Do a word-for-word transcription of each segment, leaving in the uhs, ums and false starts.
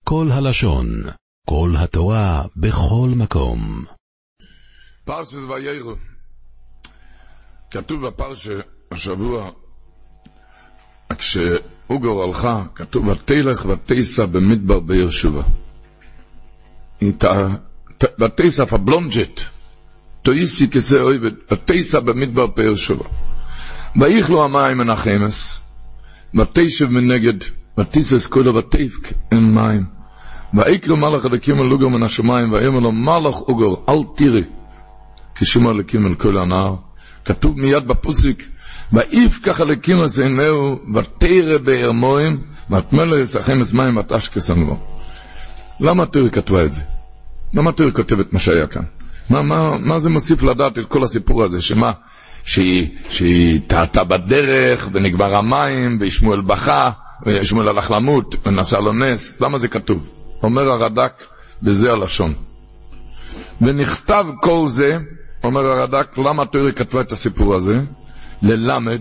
כל הלשון, כל התורה, בכל מקום. פרשת וירא. כתוב בפרשה השבוע, כשאוגר הלכה, כתוב ותלך ותיסע במדבר באר שבע. ותיסע פבלונג'ט, תויסי כסא אויבד, ותיסע במדבר באר שבע. ויכלו המים מן החמס, ותשב מנגד, ותיסס כולה ותיבק אין מים. ויקרא מלאך אלוקים אל אוגר מן השמיים, ויאמר לו מלאך אוגר אל תירא, כשמע אלוקים אל כל הנהר. כתוב מיד בפסוק, ויפקח אלוקים את עיניו ותרא באר מים, ותמלא את החמס מים ותשקה ענבו. למה תרא כתבה את זה? למה תרא כותבת מה שהיה כאן? מה, מה, מה זה מוסיף לדעת את כל הסיפור הזה? שמה? שהיא, שהיא טעתה בדרך ונגבר המים וישמואל בכה וישמואל הלך למות ונעשה לו נס. למה זה כתוב? אומר הרד"ק בזה הלשון. ונכתב כל זה, אומר הרד"ק, למה תרא כתבה את הסיפור הזה? ללמד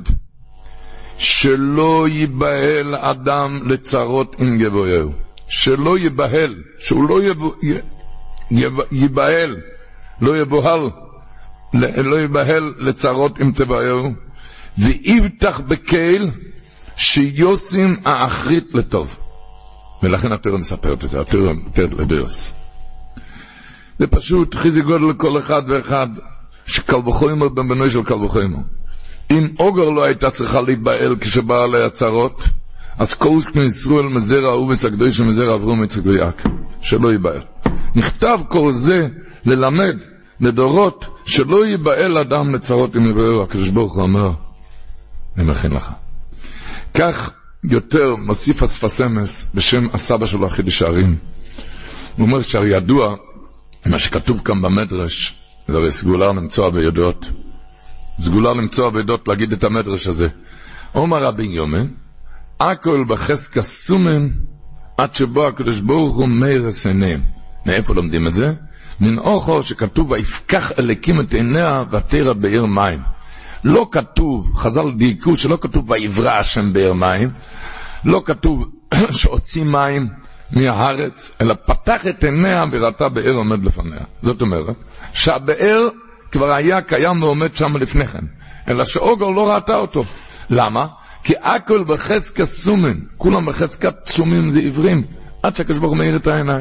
שלא ייבהל אדם לצרות עם גבויהו. שלא ייבהל, שהוא לא יבו, יב, ייבהל, לא יבוהל, לא ייבהל לצרות עם טבעהו, ויבטח בקהל שיוסים האחרית לטוב. ולכן התורה מספרת את זה, התורה מספרת לדרס. זה פשוט חיזי גודל לכל אחד ואחד, שקל וחומר בן בנוי של קל וחומר. אם אוגר לא הייתה צריכה להיבהל כשבאה עליה הצרות, אז כל ישראל מזרע אובס הקדוש ומזרע אברהם יצחק ויעקב, שלא ייבהל. נכתב כל זה ללמד לדורות שלא ייבהל אדם לצרות עם יבואו. הקדוש ברוך הוא אומר, אני מכין לך. כך יותר מוסיף אספסמס בשם הסבא שלו חידש הערים. הוא אומר שהרי ידוע מה שכתוב כאן במדרש, זה הרי סגולה למצוא בידות. סגולה למצוא בידות להגיד את המדרש הזה. אומר רבי יומן, הכל בחזקה סומן עד שבו הקדוש ברוך הוא מאיר את עיניהם. מאיפה לומדים את זה? מן אוכל שכתוב ויפקח אלוקים את עיניה ותרא באר מים. לא כתוב, חז"ל דייקו שלא כתוב ויברא השם באר מים, לא כתוב שהוציא מים מהארץ, אלא פתח את עיניה וראתה באר עומד לפניה. זאת אומרת שהבאר כבר היה קיים ועומד שם לפני כן, אלא שאוגר לא ראתה אותו. למה? כי הכל בחזקת סומן, כולם בחזקת סומים זה עיוורים, עד שהקדוש ברוך הוא מאיר את העיניים.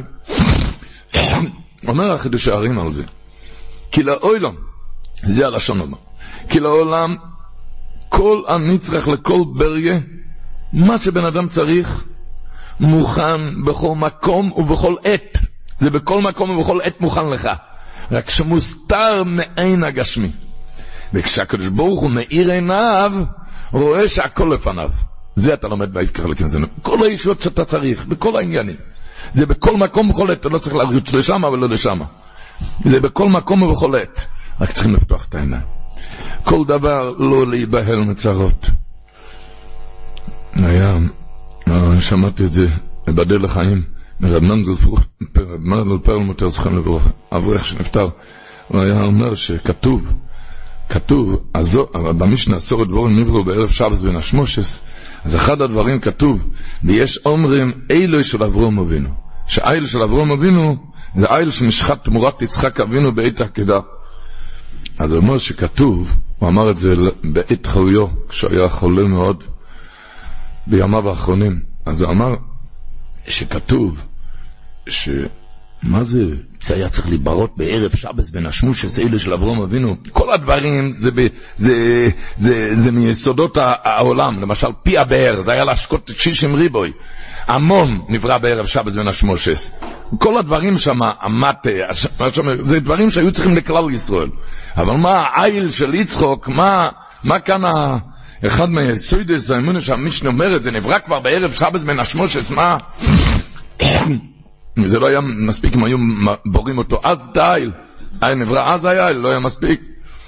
אומר החידוש הערים על זה, כי לעולם, זה הלשון אומר, כי לעולם כל הנצרך לכל בריה, מה שבן אדם צריך מוכן בכל מקום ובכל עת. זה בכל מקום ובכל עת מוכן לך, רק שמוסתר מעין הגשמי. וכשהקדוש ברוך הוא מאיר עיניו, רואה שהכל לפניו. זה אתה לומד ויפקח אלוקים זה כל הישועות שאתה צריך, בכל העניינים. זה בכל מקום ובכל עת, אתה לא צריך לרוץ לשם ולא לשם. זה בכל מקום ובכל עת, רק צריכים לפתוח את העיניים. כל דבר לא להיבהל מצרות. היה, שמעתי את זה בדל לחיים, מרב מנדל פרלמוטר זכן לברוכה, אברך שנפטר. הוא היה אומר שכתוב, כתוב, במשנה עשרת דבורים נבראו בערב שבת בין השמושס, אז אחד הדברים כתוב, ויש אומרים אילו של אברהם אבינו, שהאיל של אברהם אבינו זה איל שמשחת תמורת יצחק אבינו בעת העקדה. אז הוא אומר שכתוב, הוא אמר את זה בעת חיו, כשהיה חולה מאוד בימיו האחרונים. אז הוא אמר שכתוב ש... מה זה? זה היה צריך להיברות בערב שבת בין השמושס אילו של אברהם אבינו. כל הדברים זה, ב... זה, זה, זה מיסודות העולם. למשל פי הבאר, זה היה להשקות שישים ריבוי. המון נברא בערב שבת בין השמושס. כל הדברים שם, המטה, זה דברים שהיו צריכים לכלל ישראל. אבל מה העיל של יצחוק, מה, מה כאן ה... אחד מהיסודות האמונה שהמשנה אומרת, זה נברא כבר בערב שבת בין השמושס, מה? זה לא היה מספיק אם היו בורים אותו אז את העיל. היה נברא אז העיל, לא היה מספיק.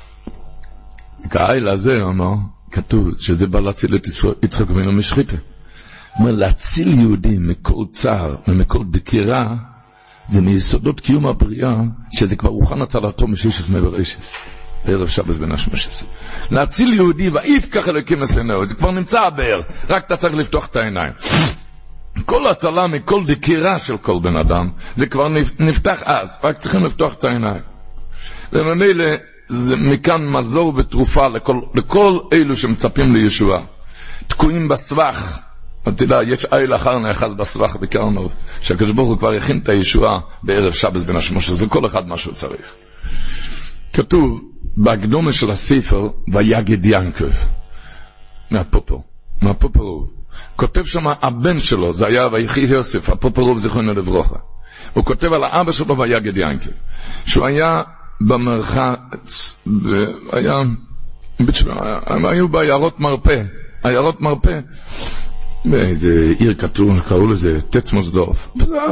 כעיל הזה, אמר, כתוב שזה בא להציל את יצחק אבינו משחיתה. אומר, להציל יהודים מכל צער ומכל דקירה, זה מיסודות קיום הבריאה, שזה כבר הוכן הצלתו משישס מברשס. בערב שבת בין השמושס. להציל יהודי ויפקח אלוקים את עיניו, זה כבר נמצא הבאר, רק אתה צריך לפתוח את העיניים. כל הצלה מכל דקירה של כל בן אדם, זה כבר נפתח אז, רק צריכים לפתוח את העיניים. וממילא זה מכאן מזור ותרופה לכל, לכל אלו שמצפים לישועה. תקועים בסבך, תדע, יש איל אחר נאחז בסבך בקרנוב, שהקדוש ברוך הוא כבר יכין את הישועה בערב שבת בין השמוש, זה כל אחד מה שהוא צריך. כתוב בהקדומה של הספר, ויגד ינקב, מהפופר, מהפופרוב. כותב שם הבן שלו, זה היה ויחי יוסף, הפופרוב זיכרונו לברכה. הוא כותב על האבא שלו ויגד ינקב, שהוא היה במרחץ, היה, הם היו בעיירות מרפא, עיירות מרפא, באיזה עיר כתוב, קראו לזה תצמוסדורף.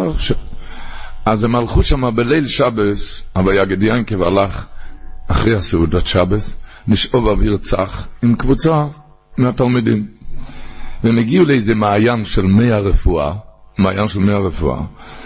אז הם הלכו שם בליל שבס, ויגד ינקב הלך אחרי הסעודת שבס, לשאוב אוויר צח עם קבוצה מהתלמידים. והם הגיעו לאיזה מעיין של מי הרפואה, מעיין של מי הרפואה,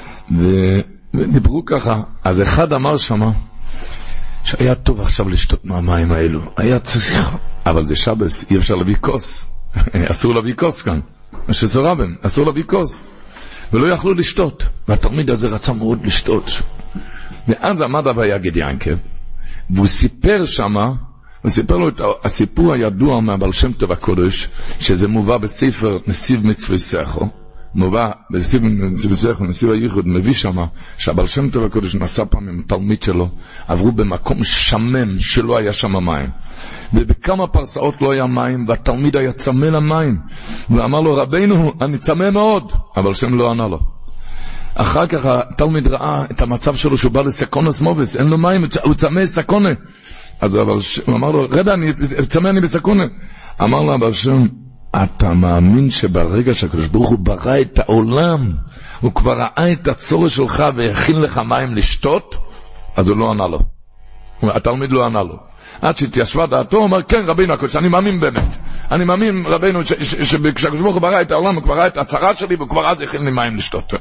ודיברו ככה. אז אחד אמר שמה, שהיה טוב עכשיו לשתות מהמים האלו, היה צריך, אבל זה שבס, אי אפשר להביא כוס, אסור להביא כוס כאן, שזה רבן, אסור להביא כוס, ולא יכלו לשתות, והתלמיד הזה רצה מאוד לשתות. ואז עמד ויגד ינקב, והוא סיפר שמה, הוא סיפר לו את הסיפור הידוע מהבעל שם טוב הקודש, שזה מובא בספר נסיב מצווי סכו, מובא בנסיב מצווי סכו, נסיב הייחוד, מביא שמה, שהבעל שם טוב הקודש נסע פעם עם תלמיד שלו, עברו במקום שמם שלא היה שם מים, ובכמה פרסאות לא היה מים, והתלמיד היה צמא למים, ואמר לו, רבינו, אני צמא מאוד, אבל שם לא ענה לו. אחר כך התלמיד ראה את המצב שלו, שהוא בא לסקונס מובס, אין לו מים, הוא צמא סקונה. אז הוא אמר לו, רדה, אני צמא, אני בסקונה. אמר לו, אבל שם, אתה מאמין שברגע שהקדוש ברוך הוא ברא את העולם, הוא כבר ראה את הצורך שלך והכין לך מים לשתות? אז הוא לא ענה לו. התלמיד לא ענה לו. עד שהתיישבה דעתו, הוא אומר, כן, רבינו הקודש, אני מאמין באמת. אני מאמין, רבינו, שכשהקדוש ברוך הוא ברא את העולם, הוא כבר ראה את הצרה שלי, וכבר אז הכין לי מים לשתות.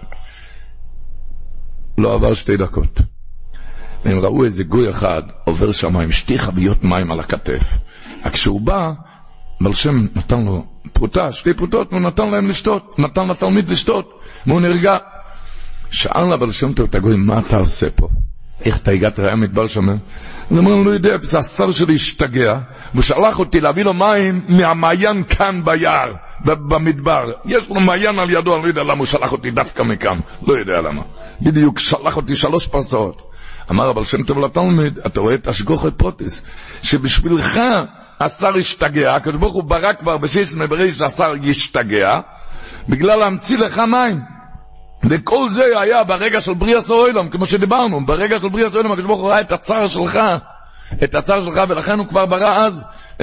לא עבר שתי דקות. והם ראו איזה גוי אחד עובר שם עם שתי חביות מים על הכתף. כשהוא בא, בעל שם נתן לו פרוטה, שתי פרוטות, הוא נתן להם לשתות, נתן לתלמיד לשתות, והוא נרגע. שאל לה בעל שם טוב את הגוי, מה אתה עושה פה? איך אתה הגעת ראה מדבר שם? הוא אומר, לא יודע, השר שלי השתגע, והוא שלח אותי להביא לו מים מהמעיין כאן ביער, במדבר. יש לו מעיין על ידו, אני לא יודע למה הוא שלח אותי דווקא מכאן, לא יודע למה. בדיוק שלח אותי שלוש פרסאות. אמר אבל שם טוב לתלמיד, אתה רואה את השגוחת פרוטיס, שבשבילך השר השתגע, הקדוש ברוך הוא ברא כבר בשש נברי שהשר ישתגע, בגלל להמציא לך מים. וכל זה היה ברגע של בריאת העולם, כמו שדיברנו, ברגע של בריאת העולם, הקדוש ברוך הוא ראה את הצער שלך, את הצער שלך, ולכן הוא כבר ברא אז,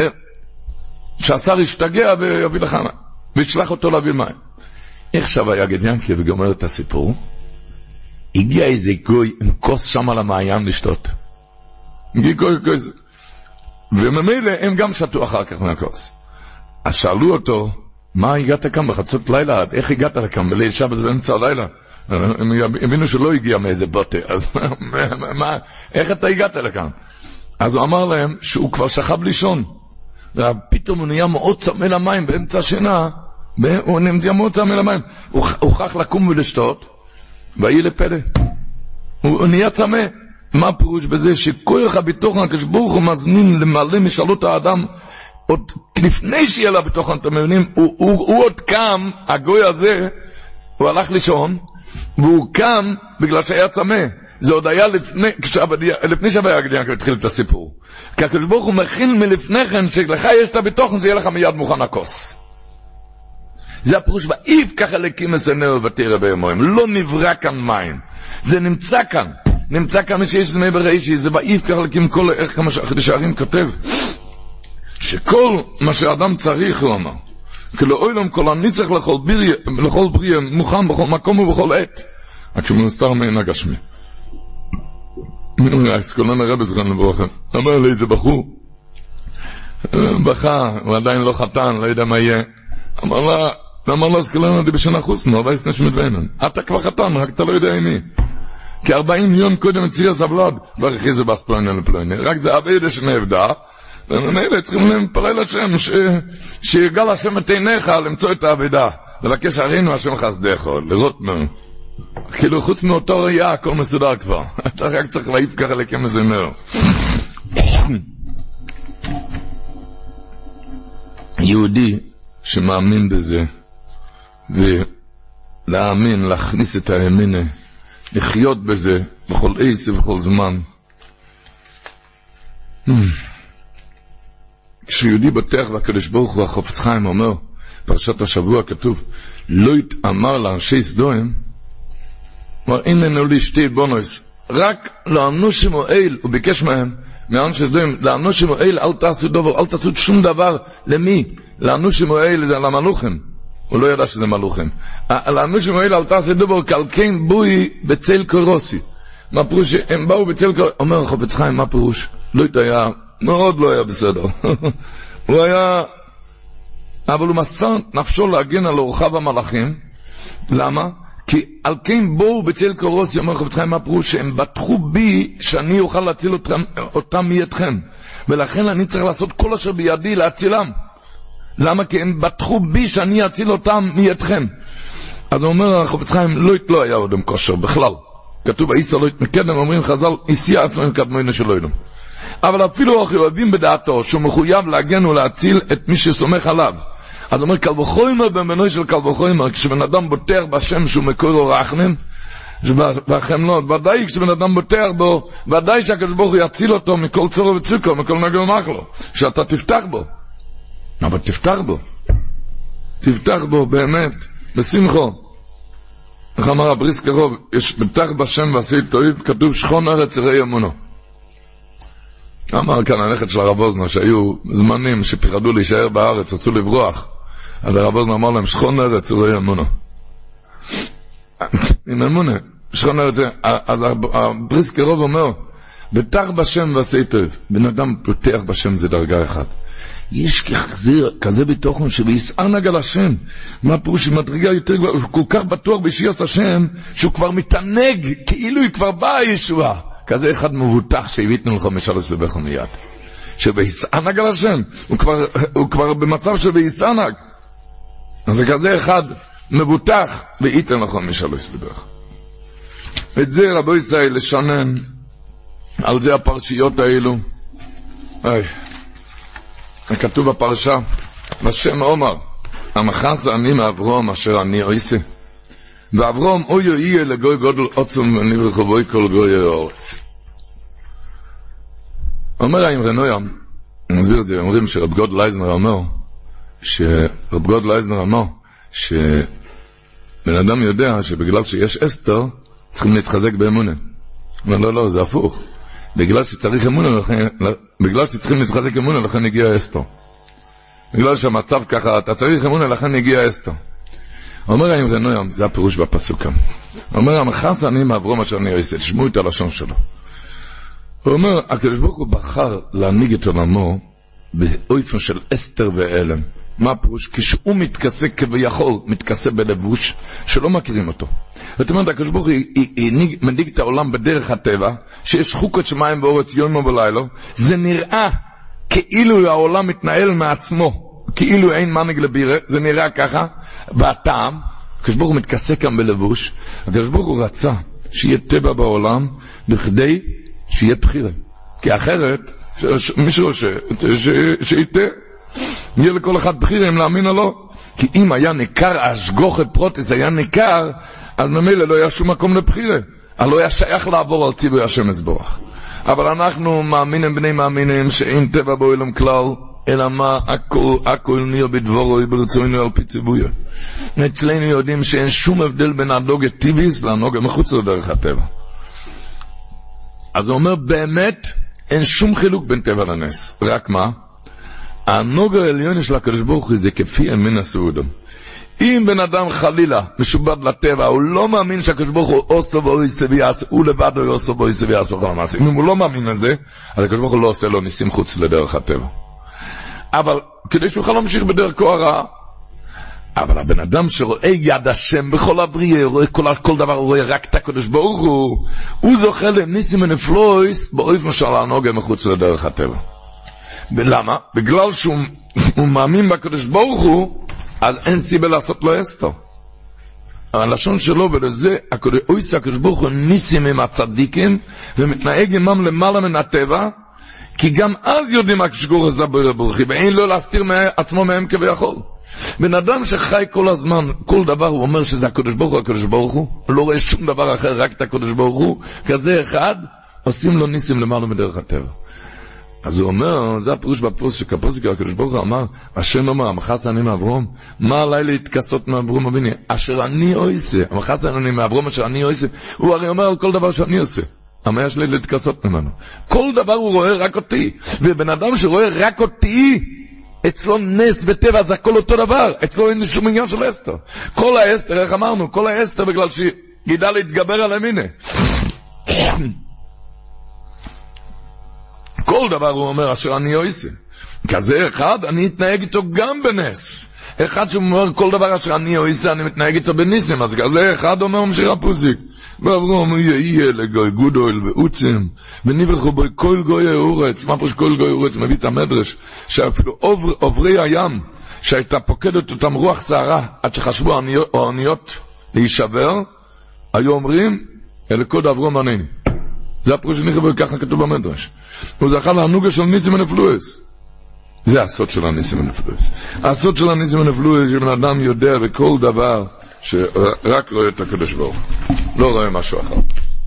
שהשר ישתגע ויביא לך מים, וישלח אותו להביא מים. איך שווה ויגד ינקב וגומר את הסיפור? הגיע איזה גוי עם כוס שם על המעיין לשתות. הגיע גוי כוס. וממילא הם גם שתו אחר כך מהכוס. אז שאלו אותו, מה הגעת כאן בחצות לילה? איך הגעת לכאן בליל שבת באמצע הלילה? הם הבינו שלא הגיע מאיזה בוטה. אז מה, איך אתה הגעת לכאן? אז הוא אמר להם שהוא כבר שכב לישון. ופתאום הוא נהיה מאוד צמא למים באמצע השינה. הוא נהיה מאוד צמא למים. הוא הוכרח לקום ולשתות. ויהי לפלא. הוא נהיה צמא. מה הפירוש בזה? שכל אחד בתוכן הקדוש ברוך הוא מזמין למלא משאלות האדם, עוד לפני שיהיה לה בתוכן, אתם מבינים, הוא, הוא, הוא עוד קם, הגוי הזה, הוא הלך לישון, והוא קם בגלל שהיה צמא. זה עוד היה לפני, לפני שהוויגד ינקב התחיל את הסיפור. כי הקדוש ברוך הוא מכין מלפני כן, שלך יש את הבתוכן, זה יהיה לך מיד מוכן הכוס. זה הפירוש, ואיף ככה לקים מסנאו ותראה בימוים. לא נברא כאן מים. זה נמצא כאן. נמצא כאן מי שיש זמי בראשי. זה ואיף ככה לקים כל, איך כמה שערים כותב, שכל מה שאדם צריך, הוא אמר, כאילו אוילם כל הניצח לכל בריא, לכל בריא, מוכן בכל מקום ובכל עת. רק שמנסתר מעין הגשמי. אסקולן הרב זכרן לברוכה. אמר לי, זה בחור. בכה, הוא עדיין לא חתן, לא יודע מה יהיה. אמר לה, אמר לה, אסקולן עדי בשנה חוסנו, אבל יש נשמד ביינן. אתה כבר חתן, רק אתה לא יודע עם מי. כי ארבעים מיליון קודם הציע סבלד, והרכיזו בס פלוינה לפלוינה. רק זה אבידה שנעבדה, וממילא צריכים לפלל השם, שיגל השם את עיניך למצוא את העבודה. לבקש הרינו השם חסדך, לראות מה. כאילו חוץ מאותו ראייה, הכל מסודר כבר. אתה רק צריך להעיד ככה לכם זמר. יהודי שמאמין בזה, ולהאמין, להכניס את האמינה, לחיות בזה, בכל עץ ובכל זמן. כשיהודי בוטח והקדוש ברוך הוא החפץ חיים אומר, פרשת השבוע כתוב, לא יתאמר לאנשי סדום, אומר, הנה נולי שתי בונוס, רק לאמנו שמואל, הוא ביקש מהם, מאנשי סדום, לאמנו שמואל, אל תעשו דבר, אל תעשו שום דבר, למי? לאמנו שמואל, זה למלוכים, הוא לא ידע שזה מלוכים, לאמנו שמואל, אל תעשו דבר, קלקן בוי בצל קורוסי, מה פירוש, הם באו בצל קורוסי, אומר החפץ חיים, מה פירוש? לא היה, מאוד לא היה בסדר, הוא היה, אבל הוא מסר נפשו להגן על אורחיו המלאכים, למה? כי על כן בואו בצל קורוסי, אומר חפץ חיים, מה פירוש? שהם בטחו בי שאני אוכל להציל אותם, אותם מידכם, ולכן אני צריך לעשות כל אשר בידי להצילם. למה? כי הם בטחו בי שאני אציל אותם מידכם. אז הוא אומר חפץ חיים, לא יתלו היה עוד עם כושר בכלל. כתוב, איסה לא יתמקדם, אומרים חז"ל, איסיה עצמם כדמוינו שלא ילום. אבל אפילו החיובים בדעתו, שהוא מחויב להגן ולהציל את מי שסומך עליו. אז הוא אומר, קל וחומר במנוי של קל וחומר, כשבן אדם בוטח בשם שהוא מקור רחמים, והחמלות, ודאי כשבן אדם בוטח בו, ודאי שהקדוש ברוך הוא יציל אותו מכל צורו וצוקו, מכל נגע ומחלו, שאתה תפתח בו. אבל תפתח בו. תפתח בו באמת, בשמחו. איך אמר הבריס קרוב, יש בטח בשם ועשי תויב, כתוב שכון ארץ ראי אמונו. אמר כאן הנכד של הרב אוזנה, שהיו זמנים שפחדו להישאר בארץ, רצו לברוח, אז הרב אוזנה אמר להם, שכון ארץ ראי אמונו. עם אמונה, שכון ארץ, אז הבריס קרוב אומר, בטח בשם ועשי תויב, בן אדם פותח בשם זה דרגה אחת. יש כזה, כזה בתוכן שביסער נגל השם. מה פירוש שמדרגה יותר גבוהה? הוא כל כך בטוח בישיעס השם שהוא כבר מתענג כאילו היא כבר באה הישועה. כזה אחד מבוטח שהביטנו לך משלוש לבך מיד. שביסער נגל השם. הוא כבר, הוא כבר במצב של ביסער נג. אז זה כזה אחד מבוטח והביטנו לך משלוש לבך. את זה רבו ישראל לשנן על זה הפרשיות האלו. איי. כתוב בפרשה, בשם אומר, המחס אני מאברום אשר אני עושה. ואברום אוי יהיה לגוי גודל עוצם ונברך בוי כל גוי האורץ. אומר האמרי נוים, אני מסביר את זה, אומרים שרב גוד לייזנר אמר, שרב גוד לייזנר אמר, שבן אדם יודע שבגלל שיש אסתר, צריכים להתחזק באמונה. אומר, לא, לא, זה הפוך. בגלל שצריך אמונה, בגלל שצריכים להתחזק אמונה, לכן הגיע אסתר. בגלל שהמצב ככה, אתה צריך אמונה, לכן הגיע אסתר. אומר האם זה נוים, זה הפירוש בפסוק. אומר, המחס אני מאברום אשר אני עושה, תשמעו את הלשון שלו. הוא אומר, הקדוש ברוך הוא בחר להנהיג את עולמו, באופן של אסתר ואלם. מה הפירוש? כשהוא מתכסה כביכול, מתכסה בלבוש, שלא מכירים אותו. זאת אומרת, הקדוש ברוך הוא מנהיג את העולם בדרך הטבע, שיש חוקות שמים ואורץ יום ובלילה, זה נראה כאילו העולם מתנהל מעצמו, כאילו אין מנהיג לבירה, זה נראה ככה, והטעם, הקדוש ברוך הוא מתכסה כאן בלבוש, הקדוש ברוך הוא רצה שיהיה טבע בעולם, בכדי שיהיה בחירה. כי אחרת, מישהו שיתה, יהיה לכל אחד בחירה אם להאמין או לא. כי אם היה ניכר, השגוחת פרוטיס היה ניכר, אז ממילא לא היה שום מקום לבחירה. אז לא היה שייך לעבור על ציווי השם יתברך. אבל אנחנו מאמינים בני מאמינים שאין טבע בעולם כלל, אלא מה, הכל, הכל נהיה בדברו, ברצונו על פי ציוויה. אצלנו יודעים שאין שום הבדל בין הנוגה טיביס לנוגה מחוץ לדרך הטבע. אז הוא אומר, באמת, אין שום חילוק בין טבע לנס. רק מה? הנוגה העליון של הקדוש ברוך הוא זה כפי אמין הסעודם. אם בן אדם חלילה משובד לטבע, הוא לא מאמין שהקדוש ברוך הוא עושה בו יסביעס, הוא לבד הוא עושה בו יסביעס וכל המעשים. אם הוא לא מאמין לזה, אז הקדוש ברוך הוא לא עושה לו ניסים חוץ לדרך הטבע. אבל כדי שהוא יוכל להמשיך בדרכו הרעה. אבל הבן אדם שרואה יד השם בכל הבריאה, רואה כל, כל דבר, הוא רואה רק את הקדוש ברוך הוא, הוא זוכה לניסים ונפלויס באופן של הנוגה מחוץ לדרך הטבע. ולמה? בגלל שהוא מאמין בקדוש ברוך הוא, אז אין סיבה לעשות לו אסתר. הלשון שלו, ולזה, אויסה הקדוש ברוך הוא ניסים עם הצדיקים, ומתנהג עמם למעלה מן הטבע, כי גם אז יודעים הקדוש ברוך הוא זה בורא ברכי, ואין לו להסתיר עצמו מהם כביכול. בן אדם שחי כל הזמן, כל דבר הוא אומר שזה הקדוש ברוך הוא, הקדוש ברוך הוא, לא רואה שום דבר אחר, רק את הקדוש ברוך הוא, כזה אחד, עושים לו ניסים למעלה מדרך הטבע. אז הוא אומר, זה הפירוש בפוסק, שכפוסק הקדוש ברוך הוא אמר, השם אומר, המחס אני מאברום, מה עליי להתכסות מאברום אביני? אשר אני עושה, המחס אני מאברום אשר אני עושה, הוא הרי אומר על כל דבר שאני עושה. מה יש לי להתכסות ממנו? כל דבר הוא רואה רק אותי, ובן אדם שרואה רק אותי, אצלו נס בטבע, זה הכל אותו דבר, אצלו אין שום עניין של אסתר. כל האסתר, איך אמרנו, כל האסתר בגלל שידע להתגבר על המינה. כל דבר הוא אומר, אשר אני עושה. כזה אחד, אני אתנהג איתו גם בנס. אחד שהוא אומר, כל דבר אשר אני עושה, אני מתנהג איתו בניסים. אז כזה אחד אומר, משיר הפוסיק. ואברום יהיה לגוי גודל ועוצם, וניבחו בו כל גוי אורץ. מה פה שכל גוי אורץ מביא את המדרש, שאפילו עובר, עוברי הים, שהייתה פוקדת אותם רוח שערה, עד שחשבו האוניות להישבר, היו אומרים, אלה קוד אברום ענני. זה הפרוש שניחבו, ככה כתוב במדרש. הוא זכה להנוגה של ניסים ונפלואס. זה הסוד של הניסים ונפלואס. הסוד של הניסים ונפלואס, שבן אדם יודע בכל דבר, שרק רואה את הקדוש ברוך. לא רואה משהו אחר.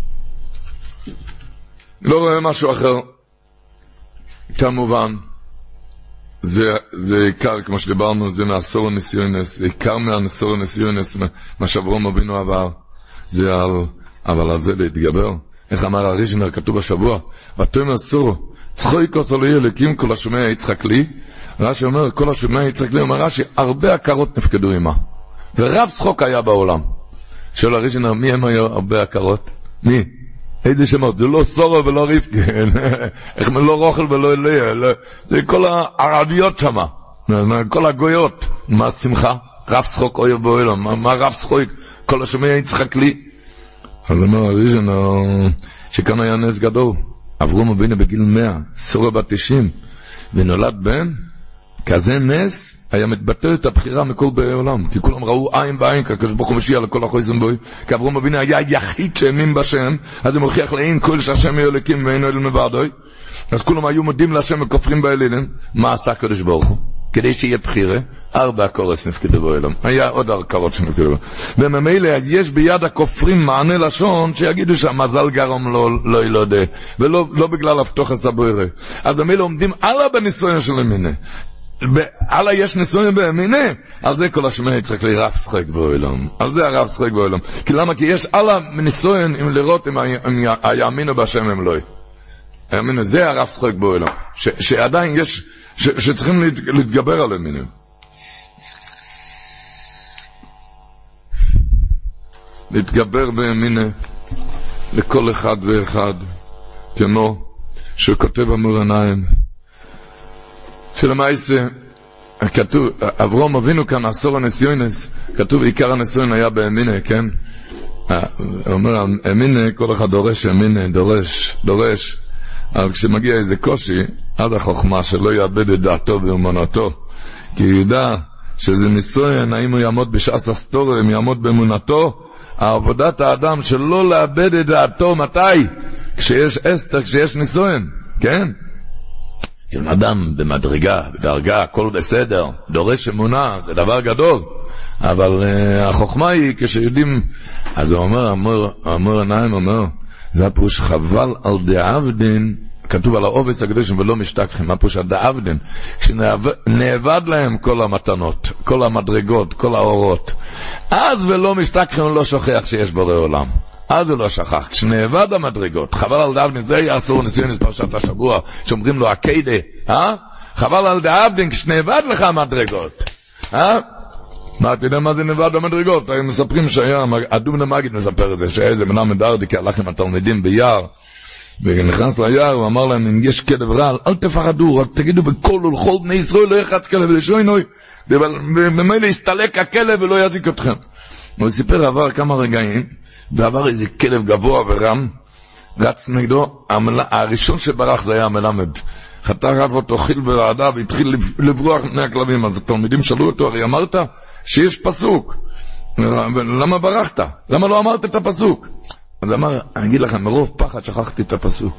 לא רואה משהו אחר. כמובן, זה, זה עיקר, כמו שדיברנו, זה מהסור הניסיונס, זה עיקר מהסור הניסיונס, מה שאברום אבינו עבר. זה על, אבל על זה להתגבר. איך אמר הריז'נר, כתוב בשבוע, ותאמר סורו, צחוי כוס עלי אלוקים, כל השומע יצחק לי. רש"י אומר, כל השומע יצחק לי, אומר רש"י, הרבה הכרות נפקדו עמה. ורב צחוק היה בעולם. שואל הריז'נר, מי הם היו הרבה הכרות? מי? איזה שמות? זה לא סורו ולא ריבקה, איך לא רוכל ולא אליה, זה כל הערביות שמה, כל הגויות. מה שמחה? רב צחוק אוהב בעולם, מה רב צחוק? כל השומע יצחק לי. אז אומר הריז'נר, שכאן היה נס גדול, אברום אבינו בגיל מאה, סורה בת תשעים, ונולד בן, כזה נס, היה מתבטל את הבחירה מכל באי עולם, כי כולם ראו עין בעין, כקדוש ברוך הוא משיח לכל החויזם בוי, כי אברום אבינו היה יחיד שהאמין בשם, אז הוא מוכיח לעין כל שהשם יהיה אלוקים ואין אלוהים לבדוי, אז כולם היו מודים להשם וכופרים באלילים. מה עשה הקדוש ברוך הוא? כדי שיהיה בחירה, ארבע הקורס נפקדו בעולם. היה עוד ארכרות שנפקדו בעולם. וממילא יש ביד הכופרים מענה לשון שיגידו שהמזל גרום לא, לא ילודה, ולא לא בגלל הפתוח הסבוירה. אז במילא עומדים עלה בניסויון של המינה. עלה יש ניסויון באמינה, על זה כל השמי יצחק לי רב שחק בעולם. על זה הרב שחק בעולם. כי למה? כי יש עלה ניסויון אם לראות אם היאמינו בהשם הם לא. היאמינו, זה הרב שחק בעולם. ש, שעדיין יש... ש, שצריכים להת, להתגבר על המינים. להתגבר באמינה לכל אחד ואחד, כמו שהוא כותב אמור עיניים. שלמעשה, כתוב, אברום אבינו כאן עשור הניסיונס, כתוב עיקר הניסיון היה באמינה, כן? הוא אומר, אמינה, כל אחד דורש אמינה, דורש, דורש. אבל כשמגיע איזה קושי, אז החוכמה שלא יאבד את דעתו ואמונתו, כי הוא ידע שזה ניסויין, האם הוא יעמוד בשעס הסתורה, אם יעמוד באמונתו, העבודת האדם שלא לאבד את דעתו, מתי? כשיש אסתר, כשיש ניסויין, כן? אם אדם במדרגה, בדרגה, הכל בסדר, דורש אמונה, זה דבר גדול, אבל uh, החוכמה היא כשיודעים, אז הוא אומר, אמור, אמור עיניים אומר, זה הפירוש חבל על דעבדין, כתוב על העובס הקדושים ולא משתכחים, מה פירוש על דעבדין? כשנאבד להם כל המתנות, כל המדרגות, כל האורות, אז ולא משתכחים הוא לא שוכח שיש בורא עולם. אז הוא לא שכח, כשנאבד המדרגות, חבל על דעבדין, זה יעשו ניסיונס פרשת השבוע, שאומרים לו הקיידה, אה? חבל על דעבדין, כשנאבד לך המדרגות, אה? מה, אתה יודע מה זה נבד המדרגות? הם מספרים שהיה, אדום נמגיד מספר את זה, שהיה איזה מנה מדרדיקה, הלך עם התלמידים ביער, ונכנס ליער, הוא אמר להם, אם יש כלב רעל, אל תפחדו, רק תגידו בכל ולכל בני ישראל, לא יחץ כלב ולשוי נוי, ובמילא יסתלק הכלב ולא יזיק אתכם. הוא סיפר, עבר כמה רגעים, ועבר איזה כלב גבוה ורם, רץ נגדו, הראשון שברח זה היה המלמד. חטף אותו חיל ברעדה והתחיל לברוח מפני הכלבים. אז התלמידים שאלו אותו, הרי אמרת שיש פסוק, למה ברחת? למה לא אמרת את הפסוק? אז אמר, אני אגיד לכם, מרוב פחד שכחתי את הפסוק.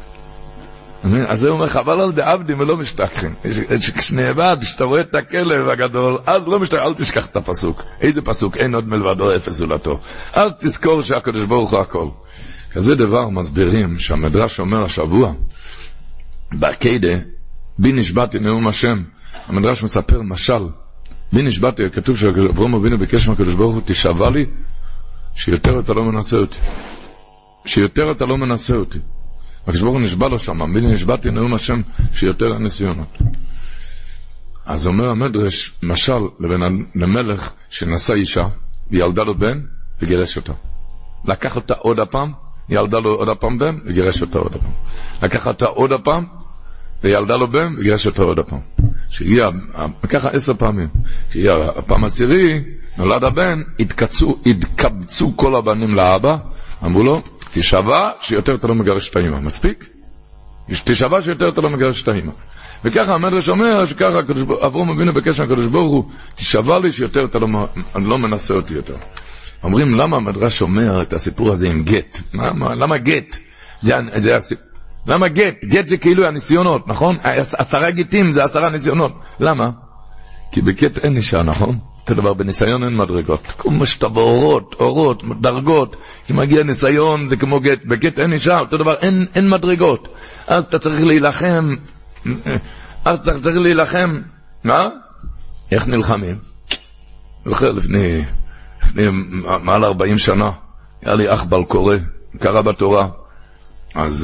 אז זה אומר, חבל על דעבדים ולא משתכחים. כשנאבד, כשאתה רואה את הכלב הגדול, אז לא משתכח, אל תשכח את הפסוק. איזה פסוק? אין עוד מלבדו אפס זולתו. אז תזכור שהקדוש ברוך הוא הכל. כזה דבר מסבירים שהמדרש אומר השבוע, בעקדה, בי נשבעתי נאום השם. המדרש מספר משל. בי נשבעתי, כתוב שאברהם אבינו ביקש מהקדוש ברוך הוא, תשבע לי, שיותר אתה לא מנסה אותי. שיותר אתה לא מנסה אותי. הקדוש ברוך הוא נשבע לו שם, בי נשבעתי נאום השם, שיותר הניסיונות. אז אומר המדרש, משל לבן למלך שנשא אישה, וילדה לו בן, וגירש אותה. לקח אותה עוד הפעם, ילדה לו עוד הפעם בן, וגירש אותה עוד הפעם. לקח אותה עוד הפעם, וילדה לו בן, וגירש אותה עוד הפעם. שהגיע, ככה עשר פעמים. שהגיע הפעם עשירי, נולד הבן, התקצו, התקבצו כל הבנים לאבא, אמרו לו, תשבע שיותר אתה לא מגרש את האמא. מספיק? תשבע שיותר אתה לא מגרש את האמא. וככה המדרש אומר, שככה אברהם אבינו ביקש מהקדוש ברוך הוא, תשבע לי שיותר אתה לא, לא מנסה אותי יותר. אומרים, למה המדרש אומר את הסיפור הזה עם גט? למה, למה גט? זה, זה הסיפור. למה גט? גט זה כאילו הניסיונות, נכון? עשרה גטים זה עשרה ניסיונות. למה? כי בגט אין אישה, נכון? זה דבר, בניסיון אין מדרגות. כמו שאתה באורות, אורות, דרגות. כי מגיע ניסיון זה כמו גט. בגט אין אישה, אותו דבר, אין, אין מדרגות. אז אתה צריך להילחם. אז אתה צריך להילחם. מה? איך נלחמים? זוכר לפני, לפני מעל ארבעים שנה, היה לי אח בל קורא, קרא בתורה. אז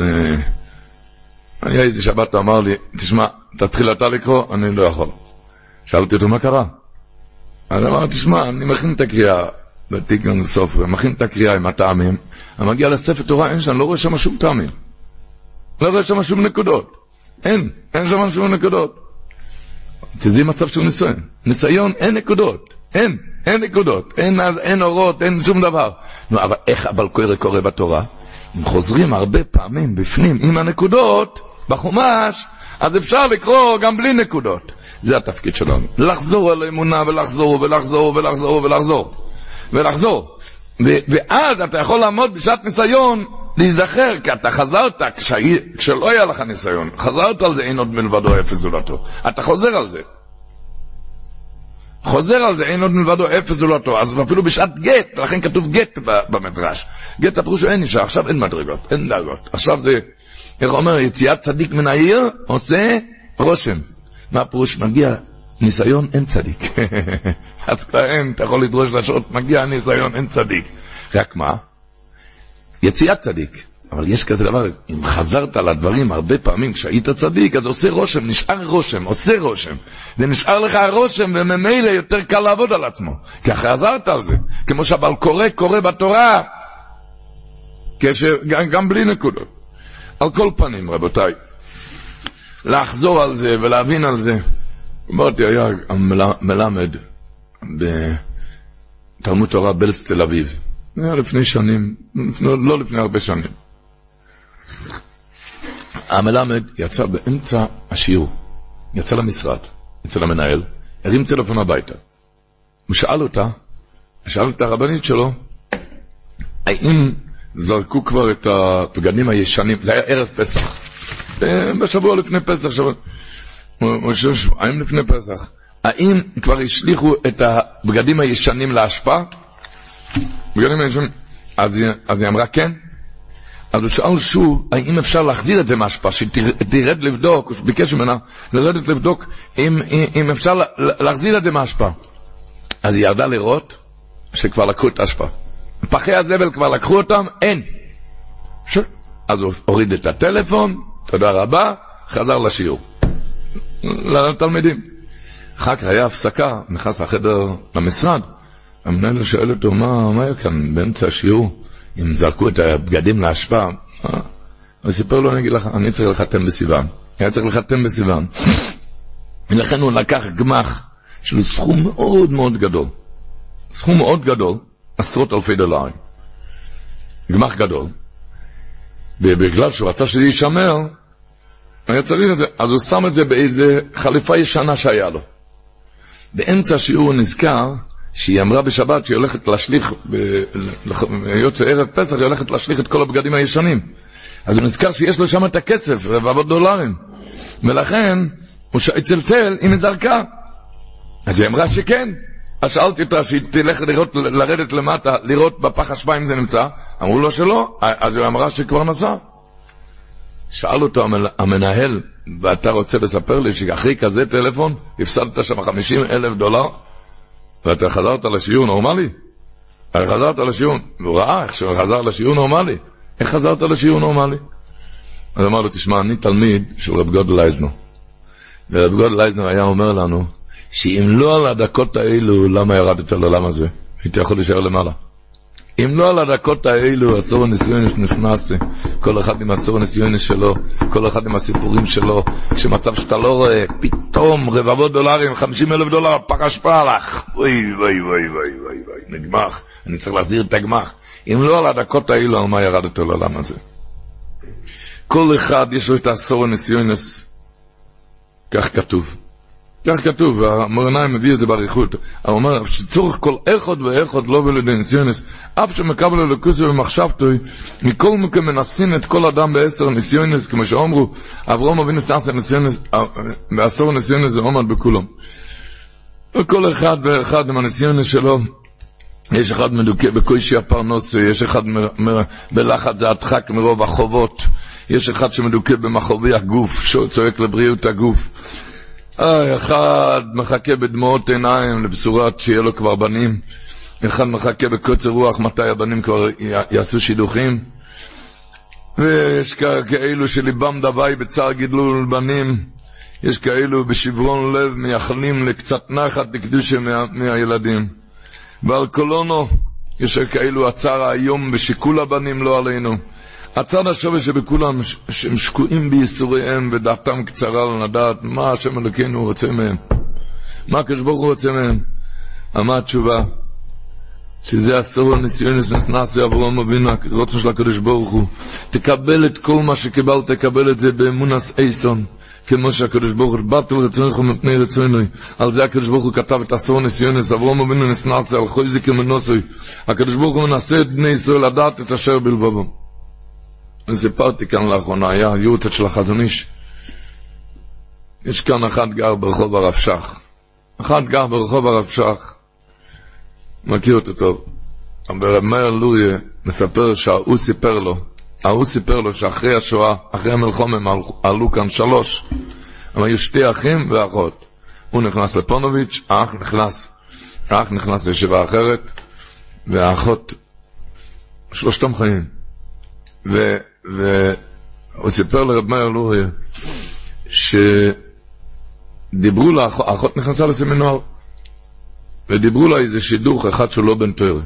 היה איזה שבת, אמר לי, תשמע, תתחיל אתה לקרוא, אני לא יכול. שאלתי אותו, מה קרה? אז אמר, תשמע, אני מכין את הקריאה, בתיקון סופר, מכין את הקריאה עם הטעמים, אני מגיע לספר תורה, אין שם, לא רואה שם שום טעמים. לא רואה שם שום נקודות. אין, אין שם שום נקודות. תזי מצב שהוא ניסיון. ניסיון, אין נקודות. אין, אין נקודות. אין, אז, אין אורות, אין שום דבר. נו, אבל איך אבל קורא קורא בתורה? אם חוזרים הרבה פעמים בפנים עם הנקודות, בחומש, אז אפשר לקרוא גם בלי נקודות. זה התפקיד שלנו. לחזור על האמונה ולחזור ולחזור ולחזור ולחזור. ולחזור. ו- ואז אתה יכול לעמוד בשעת ניסיון, להיזכר, כי אתה חזרת, כשהי, כשלא היה לך ניסיון, חזרת על זה, אין עוד מלבדו אפס זולתו. אתה חוזר על זה. חוזר על זה, אין עוד מלבדו אפס זולתו. אז אפילו בשעת גט, לכן כתוב גט במדרש. גט הפירוש אין אישה, עכשיו אין מדרגות, אין דרגות. עכשיו זה, איך אומר, יציאת צדיק מן העיר, עושה רושם. מה הפירוש? מגיע ניסיון, אין צדיק. אז כבר אין, אתה יכול לדרוש לשעות, מגיע ניסיון, אין צדיק. רק מה? יציאת צדיק. אבל יש כזה דבר, אם חזרת על הדברים הרבה פעמים, כשהיית צדיק, אז עושה רושם, נשאר רושם, עושה רושם. זה נשאר לך הרושם, וממילא יותר קל לעבוד על עצמו. כי חזרת על זה. כמו שהבל קורא, קורא בתורה. כשגם, גם בלי נקודות. על כל פנים, רבותיי. לחזור על זה ולהבין על זה. אמרתי, היה מלמד בתלמוד תורה בלץ תל אביב. זה היה לפני שנים, לא לפני הרבה שנים. המלמד יצא באמצע השיעור, יצא למשרד, יצא למנהל, הרים טלפון הביתה. הוא שאל אותה, שאל את הרבנית שלו, האם זרקו כבר את הבגדים הישנים, זה היה ערב פסח, בשבוע לפני פסח, שבוע, שבועיים לפני פסח, האם כבר השליחו את הבגדים הישנים להשפעה? בגדים הישנים, אז היא, אז היא אמרה כן. אז הוא שאל שוב, האם אפשר להחזיר את זה מהשפעה, שתרד לבדוק, הוא ביקש ממנה לרדת לבדוק, אם, אם אפשר להחזיר את זה מהשפעה. אז היא ירדה לראות, שכבר לקחו את ההשפעה. פחי הזבל כבר לקחו אותם, אין. ש... אז הוא הוריד את הטלפון, תודה רבה, חזר לשיעור. לתלמידים. אחר כך היה הפסקה, נכנס לחדר למשרד, המנהל שואל אותו, מה, מה היה כאן באמצע השיעור? אם זרקו את הבגדים להשפעה, הוא סיפר לו, אני אגיד לך, אני צריך לחתם בסיוון. היה צריך לחתם בסיוון. ולכן הוא לקח גמח של סכום מאוד מאוד גדול. סכום מאוד גדול, עשרות אלפי דולרים. גמח גדול. ובגלל שהוא רצה שזה יישמר, היה צריך את זה, אז הוא שם את זה באיזה חליפה ישנה שהיה לו. באמצע השיעור הוא נזכר, שהיא אמרה בשבת שהיא הולכת להשליך, היות שערב פסח היא הולכת להשליך את כל הבגדים הישנים. אז הוא נזכר שיש לו שם את הכסף, רבבות דולרים. ולכן הוא צלצל, היא מזרקה. אז היא אמרה שכן. אז שאלתי אותה שהיא תלך לראות, לרדת למטה, לראות בפח אשפה אם זה נמצא. אמרו לו שלא, אז היא אמרה שכבר נסע. שאל אותו המנהל, ואתה רוצה לספר לי שאחרי כזה טלפון, הפסדת שם חמישים אלף דולר, ואתה חזרת לשיעור נורמלי? אתה חזרת לשיעור, והוא ראה איך שהוא חזר לשיעור נורמלי. איך חזרת לשיעור נורמלי? אז אמר לו, תשמע, אני תלמיד של רב גודל אייזנר. ורב גודל אייזנר היה אומר לנו, שאם לא על הדקות האלו, למה ירדת לעולם הזה? הייתי יכול להישאר למעלה. אם לא על הדקות האלו, אסור הניסיונס נסנסה, כל אחד עם אסור הניסיונס שלו, כל אחד עם הסיפורים שלו, כשמצב שאתה לא רואה, פתאום רבבות דולרים, חמישים אלף דולר, פח אשפה הלך, וואי וואי וואי וואי וואי וואי, נגמח, אני צריך להחזיר את הגמח. אם לא על הדקות האלו, על מה ירדת לעולם הזה? כל אחד יש לו את האסור הניסיונס, כך כתוב. כך כתוב, המורנאי מביא את זה בעריכות. הוא אומר, שצורך כל אחד ואחד לא בלדי ניסיונס, אף שמקבל אלוקוס ומחשבתו, מכל מקום מנסים את כל אדם בעשר ניסיונס, כמו שאומרו, אברהם אבינו נעשה ניסיונס, בעשר ניסיונס זה עומד בכולם. וכל אחד ואחד עם הניסיונס שלו, יש אחד מדוכא בקושי הפרנוס, יש אחד בלחץ זה הדחק מרוב החובות, יש אחד שמדוכא במחובי הגוף, שצועק לבריאות הגוף, אה, אחד מחכה בדמעות עיניים לבשורת שיהיה לו כבר בנים, אחד מחכה בקוצר רוח מתי הבנים כבר יעשו שידוכים, ויש כאלו שליבם דווי בצער גידלו בנים, יש כאלו בשברון לב מייחלים לקצת נחת לקדושה מה, מהילדים, ועל קולונו יש כאלו הצער היום בשיקול הבנים לא עלינו, הצד השווה שבכולם שהם שקועים בייסוריהם ודעתם קצרה לנדעת מה השם אלוקינו רוצה מהם, מה הקדוש ברוך הוא רוצה מהם. מה התשובה? שזה אסור ניסיונס נסנסי אברהם אבינו, רוצה של הקדוש ברוך הוא, תקבל את כל מה שקיבל, תקבל את זה באמונס אייסון, כמו שהקדוש ברוך הוא באתל רצונך ומפני רצונוי. על זה הקדוש ברוך הוא כתב את אסור ניסיונס אברהם אבינו נסנסי על חויזיק ומנוסוי. הקדוש ברוך הוא מנסה את בני ישראל לדעת את אשר בלבבם. וסיפרתי כאן לאחרונה, היה יורטת של החזון איש. יש כאן אחד גר ברחוב הרב שך. אחד גר ברחוב הרב שך. מכיר אותו טוב. אבל מאיר לוריה מספר שההוא סיפר לו, ההוא סיפר לו שאחרי השואה, אחרי המלחמה הם עלו כאן שלוש. הם היו שתי אחים ואחות. הוא נכנס לפונוביץ', האח נכנס, האח נכנס לישיבה אחרת, והאחות, שלושתם חיים. ו... והוא סיפר לרב מאיר לוריה שדיברו לה, האחות נכנסה לסמינר ודיברו לה איזה שידוך אחד שהוא לא בן תורה.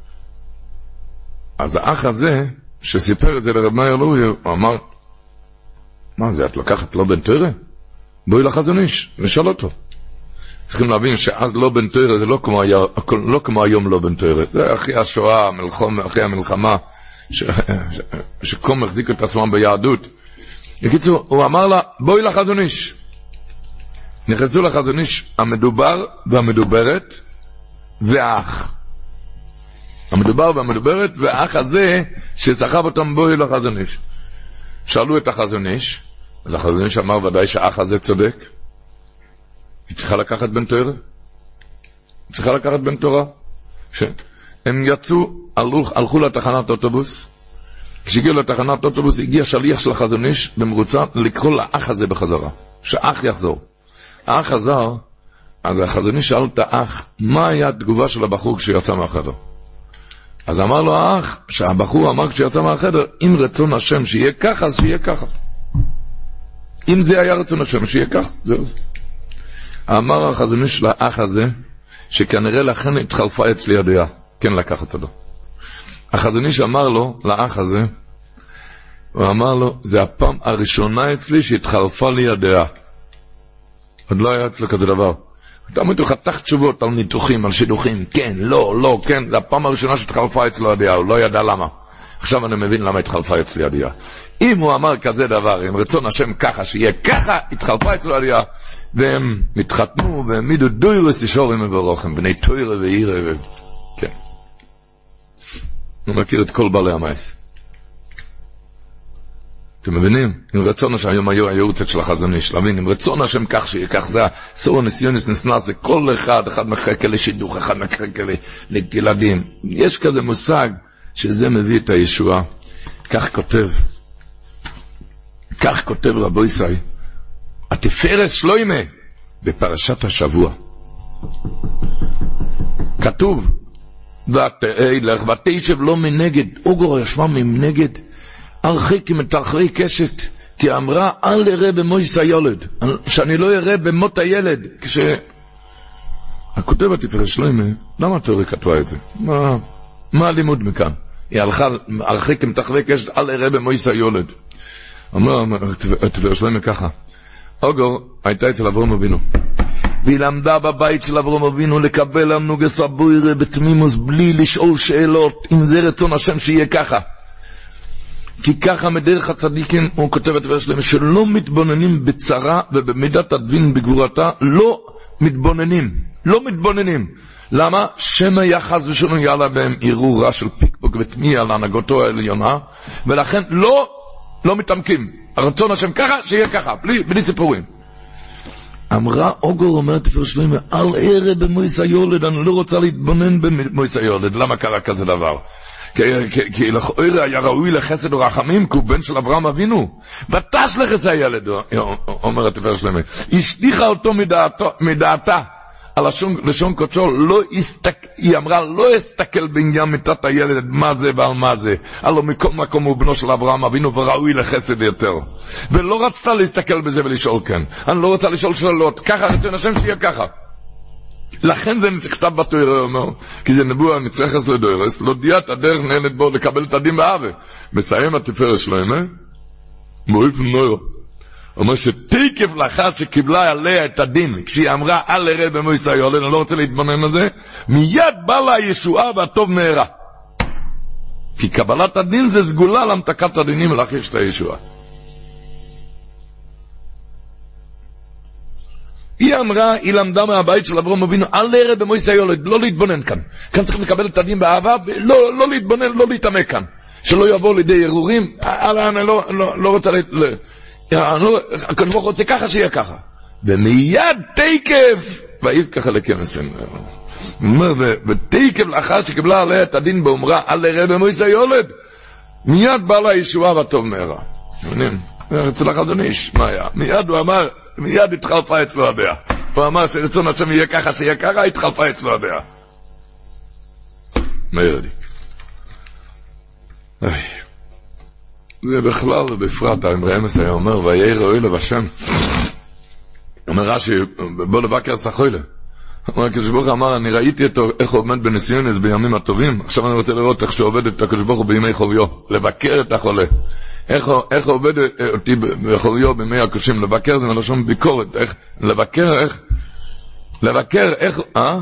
אז האח הזה שסיפר את זה לרב מאיר לוריה, הוא אמר, מה זה, את לקחת לא בן תורה? בואי לחזון איש ושאל אותו. צריכים להבין שאז לא בן תורה זה לא כמו, היה, לא כמו היום לא בן תורה, זה אחרי השואה, המלחמה, אחרי המלחמה ש... ש... שקום החזיק את עצמם ביהדות. בקיצור, הוא אמר לה, בואי לחזון איש. נכנסו לחזון איש המדובר והמדוברת והאח. המדובר והמדוברת והאח הזה שסחב אותם בואי לחזון איש. שאלו את החזון איש, אז החזון איש אמר ודאי שהאח הזה צודק. היא צריכה לקחת בן תורה. היא צריכה לקחת בן תורה. ש... הם יצאו, הלכו, הלכו לתחנת אוטובוס. כשהגיעו לתחנת אוטובוס, הגיע שליח של החזון איש במרוצה לקרוא לאח הזה בחזרה. שהאח יחזור. האח חזר, אז החזון איש שאל את האח, מה היה התגובה של הבחור כשיצא מהחדר? אז אמר לו האח, שהבחור אמר כשיצא מהחדר, אם רצון השם שיהיה ככה, אז שיהיה ככה. אם זה היה רצון השם שיהיה ככה, זהו זה. אמר החזון איש לאח הזה, שכנראה לכן התחלפה אצלי הדעה. כן לקחת אותו. החזון איש אמר לו, לאח הזה, הוא אמר לו, זה הפעם הראשונה אצלי שהתחלפה לי הדעה. עוד לא היה אצלו כזה דבר. תמיד הוא חתך תשובות על ניתוחים, על שידוכים, כן, לא, לא, כן, זה הפעם הראשונה שהתחלפה אצלו הדעה, הוא לא ידע למה. עכשיו אני מבין למה התחלפה אצלי עלייה. אם הוא אמר כזה דבר, עם רצון השם ככה, שיהיה ככה, התחלפה אצלו עלייה, והם התחתנו, והם מידו דוירס ישורים וברוכם, בני תוירה ועירה, ו... כן. אני מכיר את כל בעלי המייס. אתם מבינים? עם רצון השם, היום היו הייעוצת של החזון איש, להבין, עם רצון השם כך שיהיה כך, זה הסור הניסיונס נסנס, זה כל אחד, אחד מחכה לשידוך, אחד מחכה לילדים. יש כזה מושג, שזה מביא את הישועה. כך כותב, כך כותב רבו ישראל, התפארת שלוימה, בפרשת השבוע. כתוב, ותלך ותשב לא מנגד, אוגור ישבה מנגד, הרחיק מתרחי קשת, כי אמרה, אל יראה במויס הילד, שאני לא יראה במות הילד, כש... הכותב התפארת שלוימה, למה התיאוריה כתבה את זה? מה, מה הלימוד מכאן? היא הלכה, הרחיק מתרחי קשת, אל יראה במויס הילד. אמר, התפארת שלוימה ככה, אוגור הייתה אצל אברהם אבינו, והיא למדה בבית של אברהם אבינו לקבל לנו גסבוירה בתמימוס בלי לשאול שאלות, אם זה רצון השם שיהיה ככה. כי ככה מדרך הצדיקים, הוא כותב את דבר שלהם, שלא מתבוננים בצרה ובמידת הדין בגבורתה, לא מתבוננים, לא מתבוננים. למה? שמא יחס ושלום יעלה בהם עירור רע של פיקפוק ותמיע על הנהגתו העליונה, ולכן לא, לא מתעמקים. הרצון השם ככה, שיהיה ככה, בלי, בלי סיפורים. אמרה אוגור, אומרת תפארת שלוימה, אל יראה במויס הילד, אני לא רוצה להתבונן במויס הילד. למה קרה כזה דבר? כי לכאורה היה ראוי לחסד ורחמים, כי הוא בן של אברהם אבינו. ותש לחסד הילד, אומרת תפארת שלוימה. השליחה אותו מדעתה. על לשון קודשו, לא הסתק, היא אמרה, לא הסתכל בעניין מיתת הילד, מה זה ועל מה זה. הלא מכל מקום הוא בנו של אברהם אבינו וראוי לחסד יותר. ולא רצתה להסתכל בזה ולשאול כן. אני לא רוצה לשאול שאלות, ככה רצון השם שיהיה ככה. לכן זה נכתב בתורה, אומר, כי זה נבואה נצרכס לדורס, לא דיית הדרך נהלת בו לקבל את הדין באהבה. מסיים התפארת שלוימה, מויף נוירו. אומר שתיקף לאחר שקיבלה עליה את הדין, כשהיא אמרה, אל יראה במויס הילד, אני לא רוצה להתבונן על זה, מיד בא לה הישועה והטוב מהרה. כי קבלת הדין זה סגולה להמתקת הדינים ולהחיש את הישועה. היא אמרה, היא למדה מהבית של אברהם אבינו, אל יראה במויס הילד, לא להתבונן כאן. כאן צריך לקבל את הדין באהבה, לא, לא להתבונן, לא להתעמק כאן. שלא יבוא לידי ערעורים, אני לא, לא, לא רוצה... הקדוש ברוך הוא רוצה ככה שיהיה ככה, ומיד תיקף ואיב ככה לכמס. ותיקף לאחר שקיבלה עליה את הדין באומרה אל יראה במויס הילד, מיד בא לה ישועה והטוב מהרה. אצל החזון איש מה היה? מיד הוא אמר, מיד התחלפה אצלו הדעה. הוא אמר שרצון השם יהיה ככה שיהיה ככה, התחלפה אצלו הדעה. מה ירדיק? איי, זה בכלל ובפרט, הרמס היה אומר, ויהי ראוי לב השם. אומר רש"י, בוא לבקר סחוילה. אומר, הקדוש ברוך הוא אמר, אני ראיתי אותו, איך הוא עומד בניסיונס בימים הטובים, עכשיו אני רוצה לראות איך שהוא עובד את הקדוש ברוך הוא בימי חוביו, לבקר את החולה. איך, איך הוא עובד אותי בחוביו בימי הקשים, לבקר זה מלשון ביקורת, איך, לבקר, איך, לבקר, איך, אה?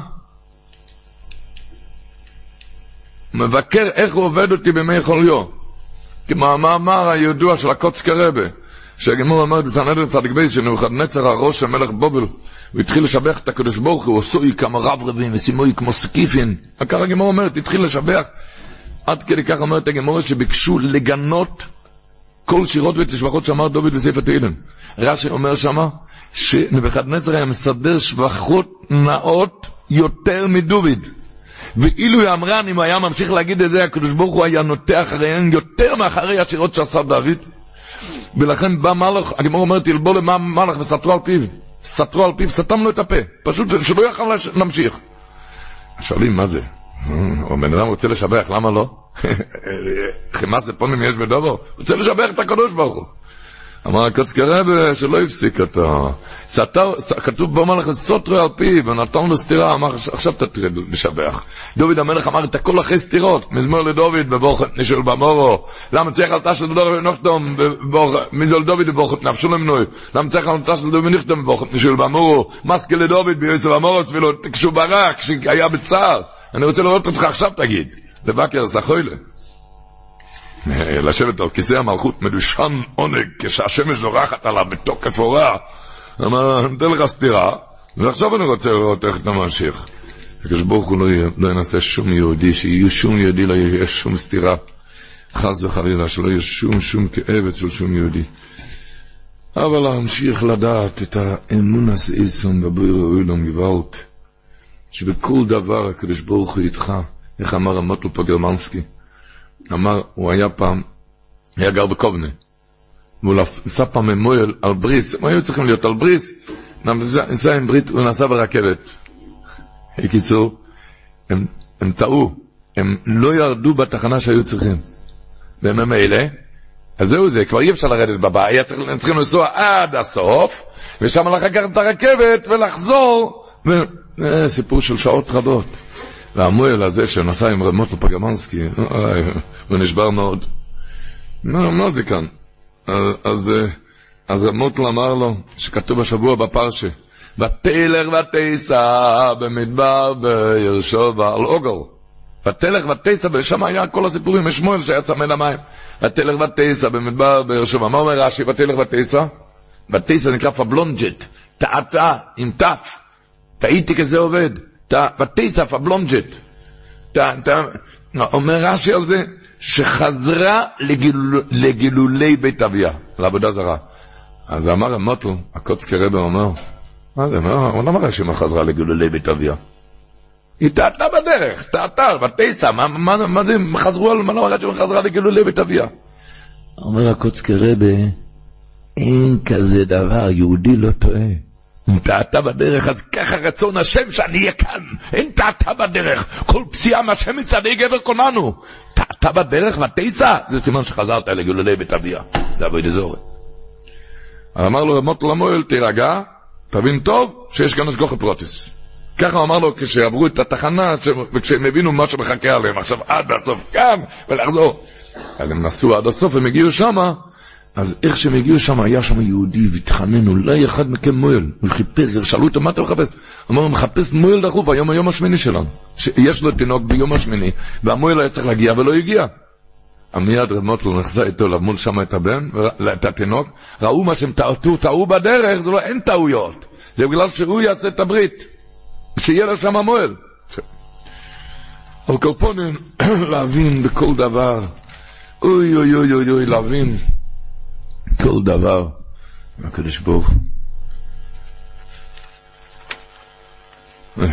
מבקר איך הוא עובד אותי בימי חוביו. כמו המאמר הידוע של הקוצקי רבה, שהגמור אמר בסנהדרין צדיק בייס, שנבוכדנצר הראש של מלך בובל, הוא התחיל לשבח את הקדוש ברוך הוא, עשוי כמה רב רבים וסימוי כמו סקיפין. ככה הגמור אומרת, התחיל לשבח, עד כדי כך אומרת הגמור שביקשו לגנות כל שירות ותשבחות שאמר דוד בספר תהילים. רש"י אומר שמה, שנבוכדנצר היה מסדר שבחות נאות יותר מדוד. ואילו היא אמרה, אם הוא היה ממשיך להגיד את זה, הקדוש ברוך הוא היה נוטה אחריהן יותר מאחרי השירות שעשה דוד. ולכן בא מלך, הגמרא אומרת, תלבו למה מלך וסתרו על פיו. סתרו על פיו, סתם לו את הפה. פשוט שלא יוכל להמשיך. שואלים, מה זה? או בן אדם רוצה לשבח, למה לא? מה זה פונים יש בדובו? רוצה לשבח את הקדוש ברוך הוא. אמר הקוצקי רבה שלא הפסיק אותו. כתוב בו מלך סותרו על פיו, ונתן לו סתירה, אמר עכשיו תתחיל לשבח. דוד המלך אמר את הכל אחרי סתירות, מזמור לדוד בברכת נשאל במורו. למה צריך על תש של דוד נחתום, מזול דוד בברכת נפשו למנוי. למה צריך על תש של דוד נחתום בברכת נשאל במורו. מסקל לדוד ביוסף המורוס, כשהוא ברח, כשהיה בצער. אני רוצה לראות אותך עכשיו תגיד, לבקר סחוילה. לשבת על כיסא המלכות מדושן עונג, כשהשמש זורחת עליו בתוקף אורה, אמר, נתן לך סתירה, ועכשיו אני רוצה לראות איך אתה ממשיך. כשברוך הוא לא, לא ינסה שום יהודי, שיהיו שום יהודי, לא יהיה שום סתירה, חס וחלילה, שלא יהיה שום שום כאבת של שום יהודי. אבל להמשיך לדעת את האמון הסעיסון בביר אוילום גוואלט, שבכל דבר הקדוש ברוך הוא איתך, איך אמר המוטל פוגרמנסקי, אמר, הוא היה פעם, היה גר בקובנה, והוא נסע פעם ממויל על בריס, הם היו צריכים להיות על בריס, נסע עם ברית, הוא נסע ברכבת. בקיצור, הם, הם טעו, הם לא ירדו בתחנה שהיו צריכים. והם אלה, אז זהו זה, כבר אי אפשר לרדת בבא, היה צריך, הם צריכים לנסוע עד הסוף, ושם לחקר את הרכבת ולחזור, ו... סיפור של שעות רבות. והמויל הזה שנסע עם רמוטל פגמנסקי, הוא נשבר מאוד. מה, מה זה כאן? אז, אז רמוטל אמר לו, שכתוב השבוע בפרשה, ותלך ותיסע במדבר בירשובה על אוגל. ותלך ותיסע, ושם היה כל הסיפורים, יש מויל שהיה צמא למים. ותלך ותיסע במדבר בירשובה. מה אומר רש"י? ותלך ותיסע? ותיסע נקרא פבלונג'ט, תעתה עם תף. תהיתי כזה עובד. ותיסע פבלונג'ט. אומר רש"י על זה, שחזרה לגילולי בית אביה, לעבודה זרה. אז אמר המוטל, הקוצקי רבי אומר, מה זה? הוא לא מראה שמה חזרה לגילולי בית אביה. היא טעתה בדרך, טעתה, ותיסע, מה זה חזרו על, מה לא מראה שמה חזרה לגילולי בית אביה? אומר הקוצקי רבי, אין כזה דבר, יהודי לא טועה. אם טעתה בדרך, אז ככה רצון השם שאני אהיה כאן. אין טעתה בדרך. כל פסיעה מהשם מצעדי גבר קוננו. טעתה בדרך ותיסע, זה סימן שחזרת לגילולי בית אביה. זה אבוי דזורי. אמר לו מוטל המויל, תירגע, תבין טוב שיש כאן השגחה פרוטיס. ככה אמר לו כשעברו את התחנה, וכשהם הבינו מה שמחכה עליהם, עכשיו עד הסוף כאן, ולחזור. אז הם נסעו עד הסוף, הם הגיעו שמה, אז איך שהם הגיעו שם, היה שם יהודי והתחנן, אולי אחד מכם מויל, הוא חיפש, שאלו אותו מה אתה מחפש? אמר, הוא מחפש מויל דחוף, היום היום השמיני שלנו, שיש לו תינוק ביום השמיני, והמויל היה צריך להגיע ולא הגיע. המיד רמוטל נחזר איתו למול שם את הבן, את התינוק, ראו מה שהם טעו, טעו בדרך, זה לא, אין טעויות, זה בגלל שהוא יעשה את הברית, שיהיה לו שם המויל. על כל פונים, להבין בכל דבר, אוי אוי אוי אוי אוי, להבין, כל דבר, הקדוש ברוך הוא.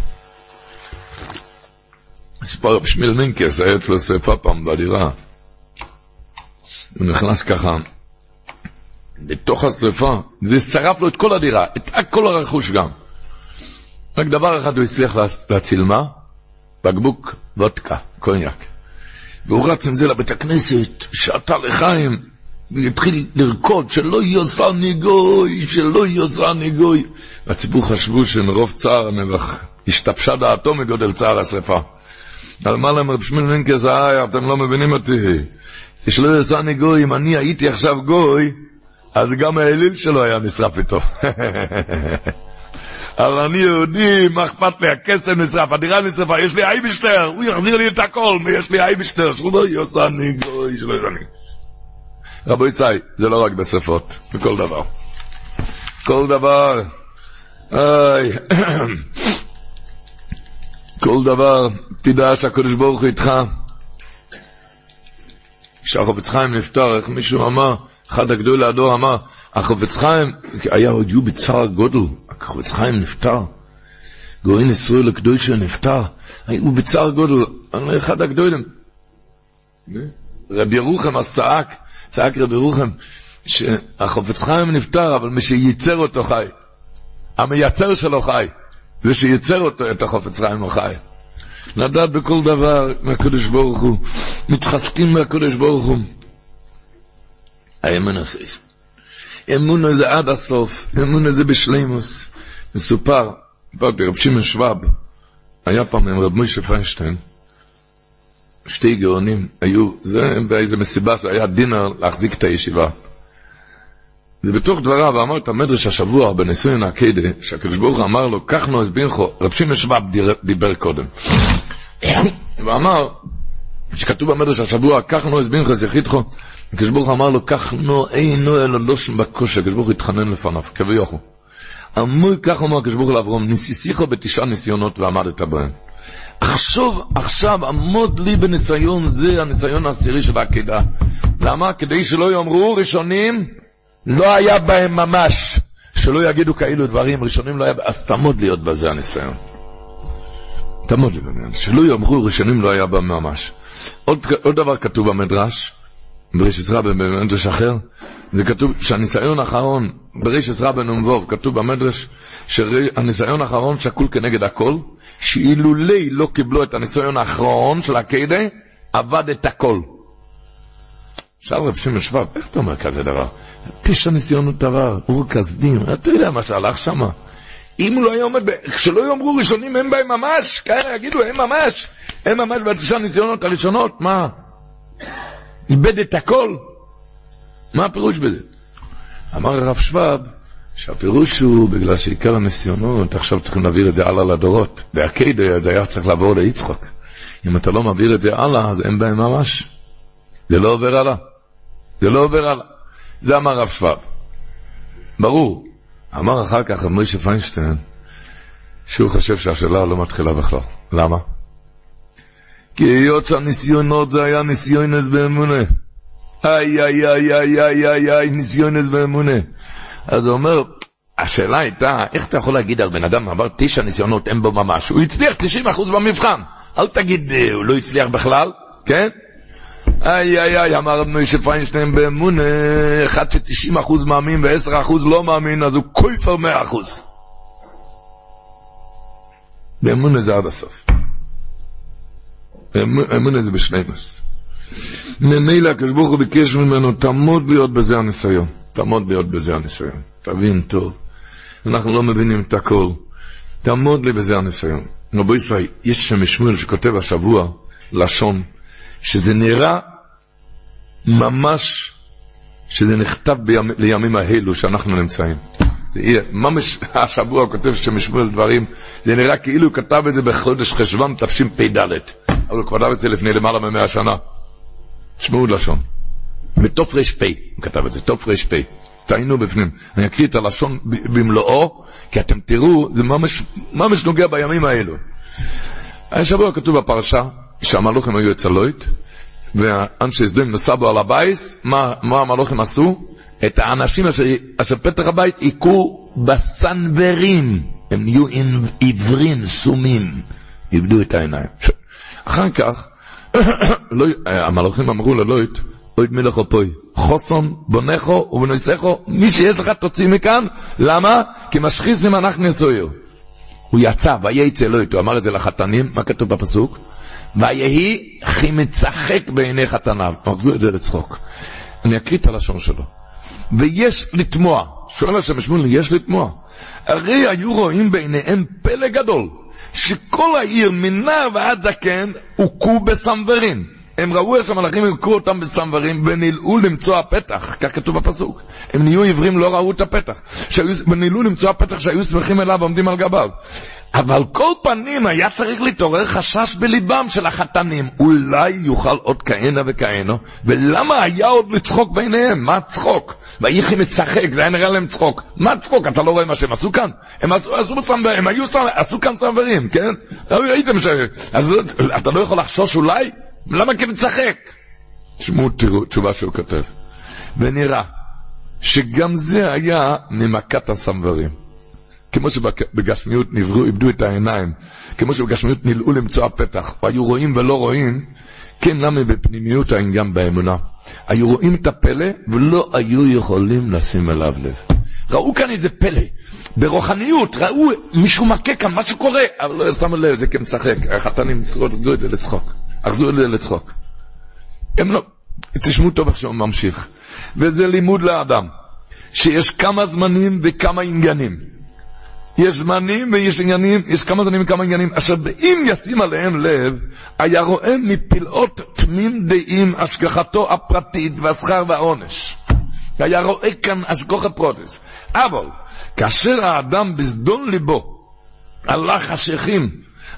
מספר בשמיל מינקס, היה אצלו שריפה פעם בדירה. הוא נכנס ככה, בתוך השריפה, זה שרף לו את כל הדירה, את כל הרכוש גם. רק דבר אחד הוא הצליח להציל מה? בקבוק וודקה, קוניאק. והוא רץ עם זה לבית הכנסת, שעתה לחיים, והתחיל לרקוד, שלא יוסע ניגוי, שלא יוסע ניגוי. והציבור חשבו שמרוב צער נבח, השתפשה דעתו מגודל צער השריפה. אבל מה להם רב שמיל מינקס, איי, אתם לא מבינים אותי. שלא יוסע ניגוי, אם אני הייתי עכשיו גוי, אז גם האליל שלו היה נשרף איתו. אבל אני יהודי, מה אכפת לי, הכסף נשרף, הדירה נשרפה, יש לי אייבשטר, הוא יחזיר לי את הכל, יש לי אייבשטר, שלא יוסע ניגוי, שלא יוסע ניגוי. רבו יצאי, זה לא רק בשרפות, בכל דבר. כל דבר, איי, כל דבר, תדע שהקדוש ברוך הוא איתך. כשהחפץ חיים נפטר, איך מישהו אמר, אחד הגדול הדור אמר, החפץ חיים, היה עוד יהיו בצער גודל, החפץ חיים נפטר, גאון ישראל הקדוש נפטר, הוא בצער גודל, אחד הגדולים. רבי ירוחם אז צעק, צעק רבי ירוחם, שהחפץ חיים נפטר, אבל מי שייצר אותו חי. המייצר שלו חי. זה שייצר אותו, את החפץ חיים הוא חי. לדעת בכל דבר מהקדוש ברוך הוא, מתחזקים מהקדוש ברוך הוא. האמון הזה. אמון הזה עד הסוף, אמון הזה בשלימוס. מסופר, פעם רב שמעון שוואב, היה פעם עם רב מוישה פיינשטיין, שתי גאונים היו, זה באיזה מסיבה, זה היה דינר להחזיק את הישיבה. ובתוך דבריו, אמר את המדרש השבוע בנישואין העקדה, שהקדוש ברוך הוא אמר לו, כך נו הסבינכו, רב שמעון שוואב דיבר קודם. ואמר, שכתוב במדרש השבוע, כך נו הסבינך יחידכו, כשברוך אמר לו, כך נו אינו אלו לושן בקושי, כשברוך התחנן לפניו, כביוכו. אמוי כך אומר כשברוך לאברום, ניסיסיכו בתשעה ניסיונות ועמדת בהם. עכשיו, עכשיו עמוד לי בניסיון, זה הניסיון העשירי של העקידה. למה? כדי שלא יאמרו ראשונים, לא היה בהם ממש, שלא יגידו כאלו דברים, ראשונים לא היה, אז תעמוד להיות בזה הניסיון. תעמוד לי בזה, שלא יאמרו ראשונים לא היה בהם ממש. עוד, עוד דבר כתוב במדרש, ברישת רבה במדרש אחר, זה כתוב שהניסיון האחרון, ברישת רבה נומבוב, כתוב במדרש, שהניסיון האחרון שקול כנגד הכל, שאילולי לא קיבלו את הניסיון האחרון של הקדה, עבד את הכל. שאל רב שמעון שבב, איך אתה אומר כזה דבר? תשע ניסיון הוא דבר, הוא כסדים, אתה יודע מה שהלך שמה. אם הוא לא היה עומד, כשלא יאמרו ראשונים, הם בהם ממש, כאלה יגידו, הם ממש, הם ממש בתשע ניסיונות הראשונות, מה? איבד את הכל? מה הפירוש בזה? אמר הרב שבב, שהפירוש הוא בגלל שעיקר הניסיונות, עכשיו צריכים להעביר את זה הלאה לדורות. בהקדה זה היה צריך לעבור ליצחק. אם אתה לא מעביר את זה הלאה, אז אין בהם ממש. זה לא עובר הלאה. זה לא עובר הלאה. זה אמר הרב שבב. ברור. אמר אחר כך מוישה פיינשטיין, שהוא חושב שהשאלה לא מתחילה בכלל. למה? כי היות שהניסיונות זה היה ניסיונס באמונה. איי, איי, איי, איי, איי, איי, איי, ניסיונס באמונה. אז הוא אומר, השאלה הייתה, איך אתה יכול להגיד על בן אדם, עבר תשע ניסיונות, אין בו ממש, הוא הצליח תשעים אחוז במבחן. אל תגיד, הוא לא הצליח בכלל, כן? איי, איי, איי, אמר רב מוישה פיינשטיין באמונה, אחד ש-תשעים אחוז מאמין ו-עשרה אחוז לא מאמין, אז הוא כופר מאה אחוז. באמונה זה עד הסוף. אמונה זה בשלימוס. ממילא הקדוש ברוך הוא ביקש ממנו, תעמוד להיות בזה הניסיון. תעמוד להיות בזה הניסיון. תבין טוב. אנחנו לא מבינים את הכל. תעמוד לי בזה הניסיון. רבו ישראל, יש שם שמואל שכותב השבוע לשון, שזה נראה ממש, שזה נכתב בימ, לימים האלו שאנחנו נמצאים. זה יהיה, ממש השבוע כותב שם שמואל דברים, זה נראה כאילו הוא כתב את זה בחודש חשבן תפשים פי דלת. אבל הוא כתב את זה לפני למעלה ממאה שנה. שמעו לשון. בתוף רש פי, הוא כתב את זה, תוף רש פי. תעיינו בפנים. אני אקריא את הלשון במלואו, כי אתם תראו, זה ממש, ממש נוגע בימים האלו. השבוע כתוב בפרשה, שהמלוכים היו אצלוית, ואנשי סדום נסבו על הבייס, מה, מה המלוכים עשו? את האנשים אשר, אשר פתח הבית עיקו בסנברים. הם נהיו עיוורים, סומים. איבדו את העיניים. אחר כך, המלאכים אמרו ללוית, אוהד מלך אופוי, חוסון, בונכו ובנויסכו, מי שיש לך תוציא מכאן, למה? כי משחיסים אנחנו נסויר. הוא יצא, וייצא אלוהית, הוא אמר את זה לחתנים, מה כתוב בפסוק? ויהי כי מצחק בעיני חתניו, אמרו את זה לצחוק. אני אקריא את הלשון שלו. ויש לתמוע, שואל השם שמואל, יש לתמוע. הרי היו רואים בעיניהם פלא גדול, שכל העיר מנער ועד זקן הוכו בסנוורים. הם ראו איך המלאכים הוכו אותם בסנוורים ונילאו למצוא הפתח, כך כתוב בפסוק. הם נהיו עיוורים, לא ראו את הפתח. ונילאו למצוא הפתח שהיו שמחים אליו ועומדים על גביו. אבל כל פנים היה צריך להתעורר חשש בליבם של החתנים. אולי יוכל עוד כהנה וכהנה. ולמה היה עוד לצחוק ביניהם? מה צחוק? ואיכי מצחק, זה היה נראה להם צחוק. מה צחוק? אתה לא רואה מה שהם עשו כאן? הם עשו, עשו בסנברים, הם היו, עשו כאן סנברים, כן? ראיתם ש... אז אתה לא יכול לחשוש אולי? למה כי מצחק? תשמעו תשובה שהוא כותב. ונראה שגם זה היה ממכת הסנברים. כמו שבגשמיות נבראו, איבדו את העיניים, כמו שבגשמיות נלאו למצוא הפתח, והיו רואים ולא רואים, כן למה בפנימיות העין גם באמונה. היו רואים את הפלא ולא היו יכולים לשים אליו לב. ראו כאן איזה פלא, ברוחניות, ראו מישהו מכה כאן, משהו קורה, אבל לא שמו לב, זה כמשחק, החתנים עשו את זה לצחוק, עשו את זה לצחוק. הם לא, תשמעו טוב איך שהוא ממשיך. וזה לימוד לאדם, שיש כמה זמנים וכמה עניינים. יש זמנים ויש עניינים, יש כמה זמנים וכמה עניינים, אשר אם ישים עליהם לב, היה רואה מפלאות תמים דעים השגחתו הפרטית והשכר והעונש. היה רואה כאן השגחה פרוטיס. אבל כאשר האדם בזדון ליבו, הלך השכים,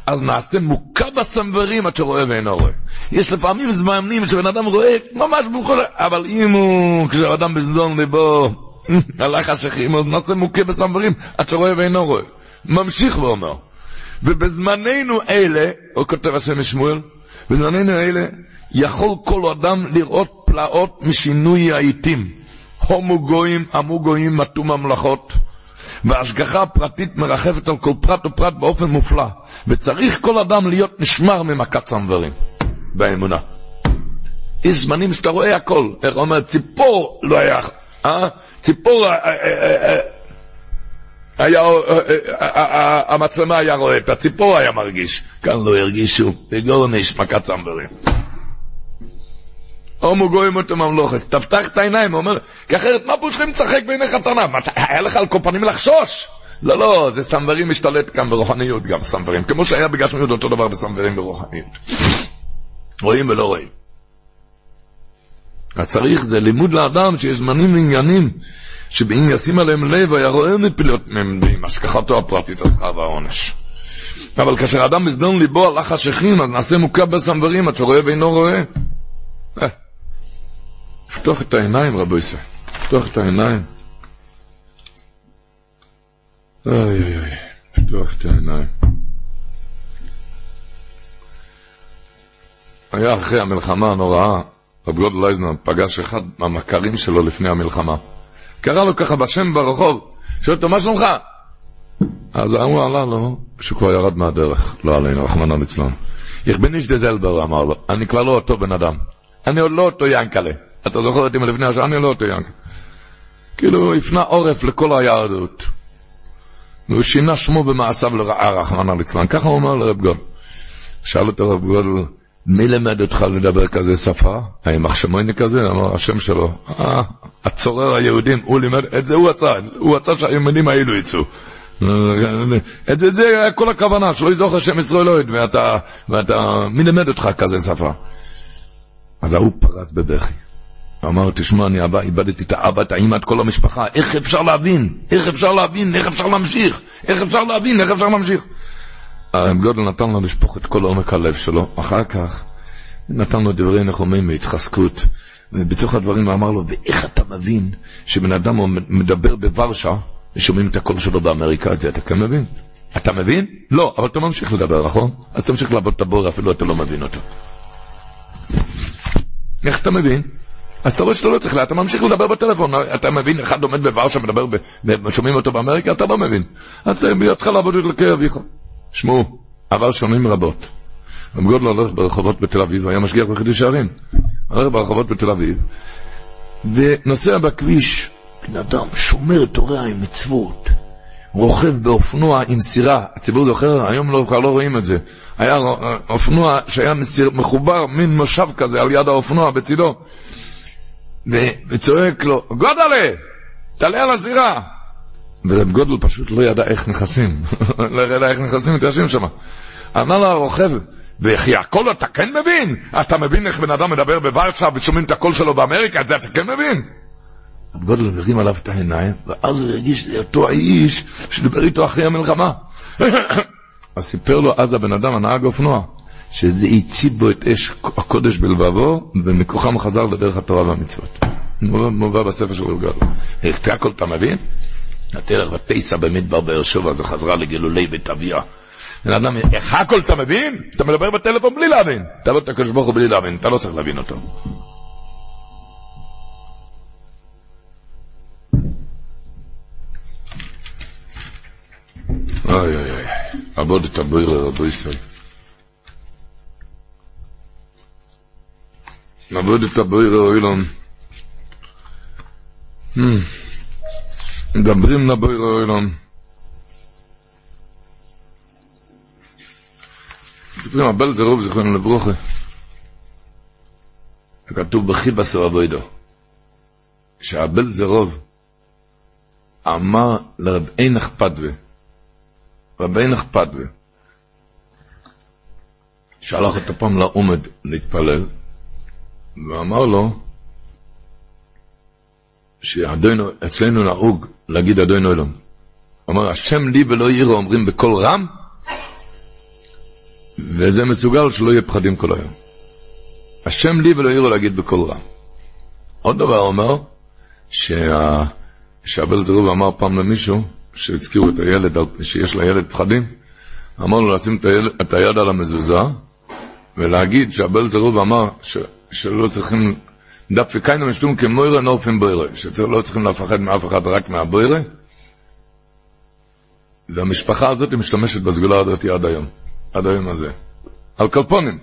אז נעשה מוכה בסנוורים עד שרואה ואינו רואה. יש לפעמים זמנים שבן אדם רואה ממש בכל, אבל אם הוא, כשאדם בזדון ליבו, הלך השכים, אז נעשה מוכה בסנוורים עד שרואה ואינו רואה. ממשיך ואומר, ובזמננו אלה, הוא כותב השם שמואל, בזמננו אלה, יכול כל אדם לראות פלאות משינוי העיתים. הומו גויים, עמו גויים, מתו ממלכות. וההשגחה הפרטית מרחפת על כל פרט ופרט באופן מופלא. וצריך כל אדם להיות נשמר ממכת סנוורים. באמונה. יש זמנים שאתה רואה הכל. איך אומר, ציפור לא היה... אה? ציפור... היה... המצלמה היה רואה, את הציפור היה מרגיש. כאן לא הרגישו. בגאון יש מכת סנוורים. הומו גויים אותו ממלוכת, תפתח את העיניים, הוא אומר, כי אחרת מה פושכים צחק בעיניך תנא? היה לך על כל פנים לחשוש? לא, לא, זה סנוורים משתלט כאן ברוחניות גם, סנוורים, כמו שהיה בגשמיות אותו דבר בסנוורים ברוחניות. רואים ולא רואים. הצריך זה לימוד לאדם שיש זמנים ועניינים, שבאם ישים עליהם לב, היה רואה מפילות ממדים, השכחתו הפרטית, השכר והעונש. אבל כאשר אדם בזדון ליבו הלך השכים, אז נעשה מוכה בסנוורים, עד שרואה ואינו רואה. פתוח את העיניים, רבו יסה. פתוח את העיניים. אוי אוי אוי. פתוח את העיניים. היה אחרי המלחמה הנוראה, רב גודל לייזנר פגש אחד מהמכרים שלו לפני המלחמה. קרא לו ככה בשם ברחוב. שואל אותו, מה שלומך? אז הוא עלה לו, שהוא כבר ירד מהדרך. לא עלינו, רחמנא ליצלן. איך בניש דזלבר, אמר לו. אני כבר לא אותו בן אדם. אני עוד לא אותו ינקלה. אתה זוכר אותי מלפני השעה, אני לא אותו ינקלה. כאילו הוא הפנה עורף לכל היהדות. והוא שינה שמו במעשיו לרעה, רחמנא ליצלן. ככה הוא אומר לרב גודל. שאל אותו רב גודל, מי למד אותך לדבר כזה שפה? האם מחשמוני כזה? אמר השם שלו. אה, הצורר היהודים, הוא לימד, את זה הוא עצה. הוא עצה שהימנים האלו יצאו. את זה, זה כל הכוונה, שלא יזוכר שם ישראלוid, ואתה, ואתה, מי למד אותך כזה שפה? אז הוא פרץ בבכי. הוא אמר, תשמע, אני אבא, איבדתי את האבא, את האמא, את כל המשפחה. איך אפשר להבין? איך אפשר להבין? איך אפשר להמשיך? איך אפשר להבין? איך אפשר להמשיך? הרב גודל נתן לו לשפוך את כל עומק הלב שלו. אחר כך נתן לו דברי נחומים מהתחזקות. ובתוך הדברים הוא אמר לו, ואיך אתה מבין שבן אדם מדבר בוורשה ושומעים את הקול שלו באמריקה? את זה אתה כן מבין? אתה מבין? לא, אבל אתה ממשיך לדבר, נכון? אז תמשיך לעבוד את הבור, אפילו אתה לא מבין אותו. איך אתה מבין? אז אתה רואה שאתה לא צריך לה, אתה ממשיך לדבר בטלפון, אתה מבין, אחד עומד בוורשה מדבר, ושומעים אותו באמריקה, אתה לא מבין. אז אתה צריכה לעבוד את לקי אביך. שמעו, אבל שומעים רבות. רב גודל הולך ברחובות בתל אביב, היה משגיח בחידוש הערים. הולך ברחובות בתל אביב, ונוסע בכביש, בן אדם שומר תורה עם מצוות, רוכב באופנוע עם סירה, הציבור זוכר, היום לא, כבר לא רואים את זה. היה אופנוע שהיה מסיר, מחובר, מין מושב כזה על יד האופנוע בצדו, וצועק לו, גודלה, תעלה על הסירה. ורב גודל פשוט לא ידע איך נכנסים, לא ידע איך נכנסים את הישים שם. אמר לה הרוכב, וכי הכל אתה כן מבין? אתה מבין איך בן אדם מדבר בוורשה ושומעים את הקול שלו באמריקה? את זה אתה כן מבין? רב גודל מרים עליו את העיניים, ואז הוא הרגיש שזה אותו האיש שדבר איתו אחרי המלחמה. אז סיפר לו אז הבן אדם, הנהג אופנוע, שזה הציב בו את אש הקודש בלבבו, ומכוחם חזר לדרך התורה והמצוות. מובא בספר של רב גודל. איך הכל אתה מבין? התלך ותיסה במדבר באר שבע, זה חזרה לגילולי בית אביה. בן אדם, איך הכל אתה מבין? אתה מדבר בטלפון בלי להבין. אתה לא תקש בו בלי להבין, אתה לא צריך להבין אותו. אוי אוי אוי, עבוד את הבויר רבו ישראל. עבוד את הבויר אוילון. מדברים לבויר אוילון. זוכרים, הבל זה רוב זוכרים לברוכה. כתוב בחיבס רבוידו. שהבל זה רוב. אמר לרב אינך פדווה. רב אינך פדווה. שלח את הפעם לעומד להתפלל. ואמר לו, שאדונו, אצלנו נהוג להגיד אדונו אלום. אמר, השם לי ולא יראו אומרים בכל רם, וזה מסוגל שלא יהיה פחדים כל היום. השם לי ולא יראו להגיד בכל רע. עוד דבר אומר, שה... שהבל זרוב אמר פעם למישהו, שהזכירו את הילד, שיש לילד פחדים, אמר לו לשים את, הילד, את היד על המזוזה, ולהגיד שהבל זרוב אמר ש... שלא צריכים, דפי קיינו משתום כמוירה נורפים בוירה, שלא צריכים להפחד מאף אחד רק מהבוירה, והמשפחה הזאת משתמשת בסגולה הזאת עד היום, עד היום הזה. על קלפונים.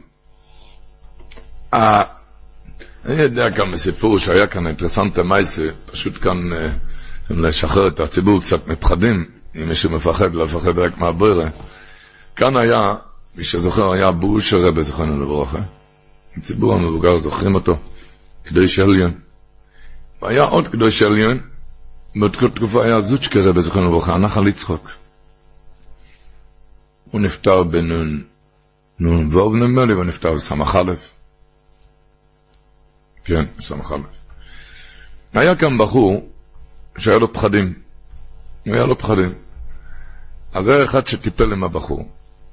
אני יודע כאן בסיפור שהיה כאן אינטרסנט המייסי, פשוט כאן לשחרר את הציבור קצת מפחדים, אם מישהו מפחד, לא מפחד רק מהבוירה. כאן היה, מי שזוכר, היה בושר רבי זכרנו לברכה. הציבור המבוגר זוכרים אותו, קדוש עליון. והיה עוד קדוש עליון, באותה תקופה היה זוצ'קה רבי זכרנו לברכה, הנחל יצחק. הוא נפטר בנון, נון ואוב נאמר לי, ונפטר בסמך א'. כן, בסמך א'. היה כאן בחור שהיה לו פחדים. היה לו פחדים. אז היה אחד שטיפל עם הבחור.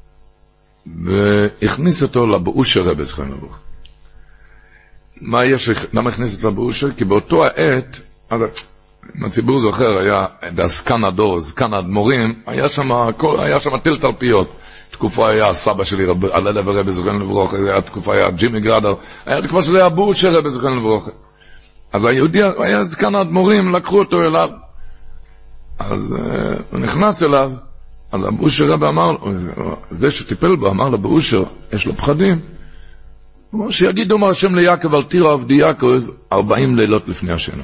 והכניס אותו לבאושר רבי זכרנו לברכה. מה יש, למה הכניס אותו לבאושר? כי באותו העת, אז אם הציבור זוכר, היה דסקן הדור, זקן האדמו"רים, היה שם, היה שם טיל תלפיות. תקופה היה הסבא שלי, הלל ורבי זכרנו לברכה, היה תקופה היה ג'ימי גראדר, היה תקופה שזה היה באושר רבי זכרנו לברכה. אז היהודי היה זקן האדמו"רים, לקחו אותו אליו. אז הוא נכנס אליו, אז הבאושר רבי אמר, זה שטיפל בו, אמר לו, באושר, יש לו פחדים. הוא אומר, שיגידו מה השם ליעקב, על תירא עבדי יעקב, ארבעים לילות לפני השינה.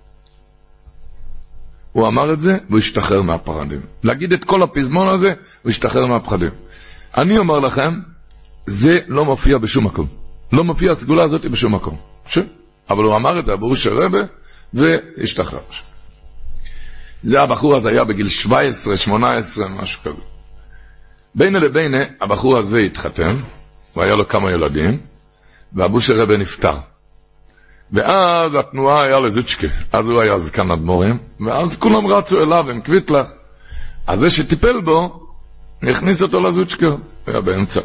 הוא אמר את זה, והוא השתחרר מהפחדים. להגיד את כל הפזמון הזה, הוא השתחרר מהפחדים. אני אומר לכם, זה לא מופיע בשום מקום. לא מופיע הסגולה הזאת בשום מקום. ש... אבל הוא אמר את זה, באושר רבי, והשתחרר. זה הבחור הזה היה בגיל שבע עשרה, שמונה עשרה, משהו כזה. בינה לבינה, הבחור הזה התחתן, והיה לו כמה ילדים, והבאושר רבי נפטר. ואז התנועה היה לזוצ'קה, אז הוא היה זקן אדמו"רים, ואז כולם רצו אליו עם קוויטלח. אז זה שטיפל בו, הכניס אותו לזוצ'קה, היה באמצע.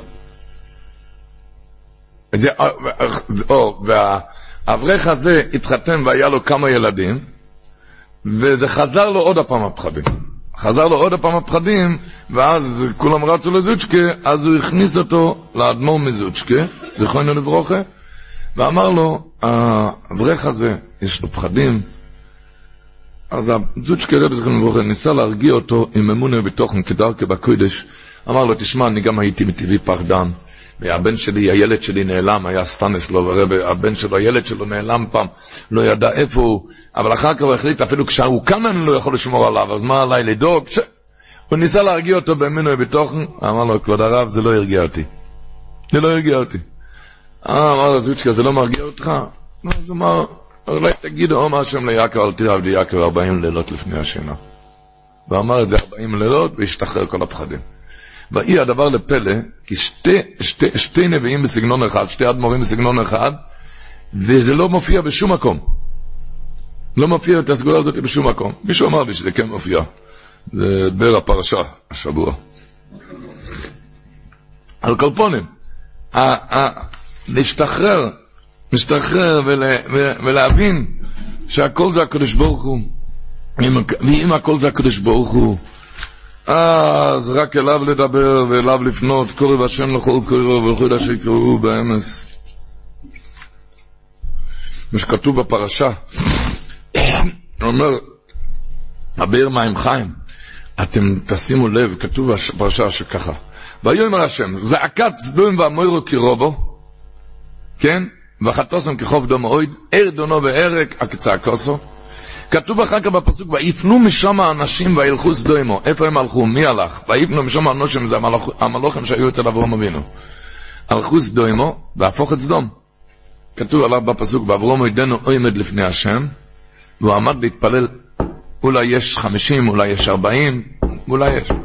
זה, או, והאברך הזה התחתן והיה לו כמה ילדים, וזה חזר לו עוד הפעם הפחדים. חזר לו עוד הפעם הפחדים, ואז כולם רצו לזוצ'קה, אז הוא הכניס אותו לאדמו"ר מזוצ'קה, זכרנו לברכה, ואמר לו, האברך הזה, יש לו פחדים. אז הזוצ'קה רבי זכרנו לברכה ניסה להרגיע אותו עם אמונה בתוכן כדרכי בקודש. אמר לו, תשמע, אני גם הייתי מטבעי פחדן. והבן שלי, הילד שלי נעלם, היה סטניסלוב הרבי, הבן שלו, הילד שלו נעלם פעם, לא ידע איפה הוא, אבל אחר כך הוא החליט, אפילו כשהוא כאן אני לא יכול לשמור עליו, אז מה עליי לדאוג? ש... הוא ניסה להרגיע אותו באמונה בתוכן, אמר לו, כבוד הרב, זה לא הרגיע אותי. זה לא הרגיע אותי. אמר לו, זוצ'קה, זה לא מרגיע אותך? אז הוא אמר, אולי תגידו, אומר השם ליעקב, אל תראה עבדי יעקב ארבעים לילות לפני השינה. ואמר את זה ארבעים לילות, והשתחרר כל הפחדים. ואי הדבר לפלא, כי שתי, שתי, שתי נביאים בסגנון אחד, שתי אדמו"רים בסגנון אחד, וזה לא מופיע בשום מקום. לא מופיע את הסגולה הזאת בשום מקום. מישהו אמר לי שזה כן מופיע. זה דבר הפרשה, השבוע. על קלפונים. להשתחרר, להשתחרר ולהבין שהכל זה הקדוש ברוך הוא. ואם הכל זה הקדוש ברוך הוא, אז רק אליו לדבר ואליו לפנות, קורא בשם לכל קוראו ולכל אשר יקראו באמס. מה שכתוב בפרשה, הוא אומר, הבאר מים חיים, אתם תשימו לב, כתוב בפרשה שככה, ויאמר השם, זעקת סדום ועמורו כרובו, כן? וחטוסם כחוב דום אויד, ער דונו וערק, הכצעקוסו. כתוב אחר כך בפסוק, ויפנו משם האנשים וילכו סדומו. איפה הם הלכו? מי הלך? ויפנו משם האנשים, זה המלוכים שהיו אצל אברהם אבינו. הלכו סדומו, והפוך את סדום. כתוב עליו בפסוק, ואברהם עודנו עומד לפני השם, והוא עמד להתפלל, אולי יש חמישים, אולי יש ארבעים, אולי יש.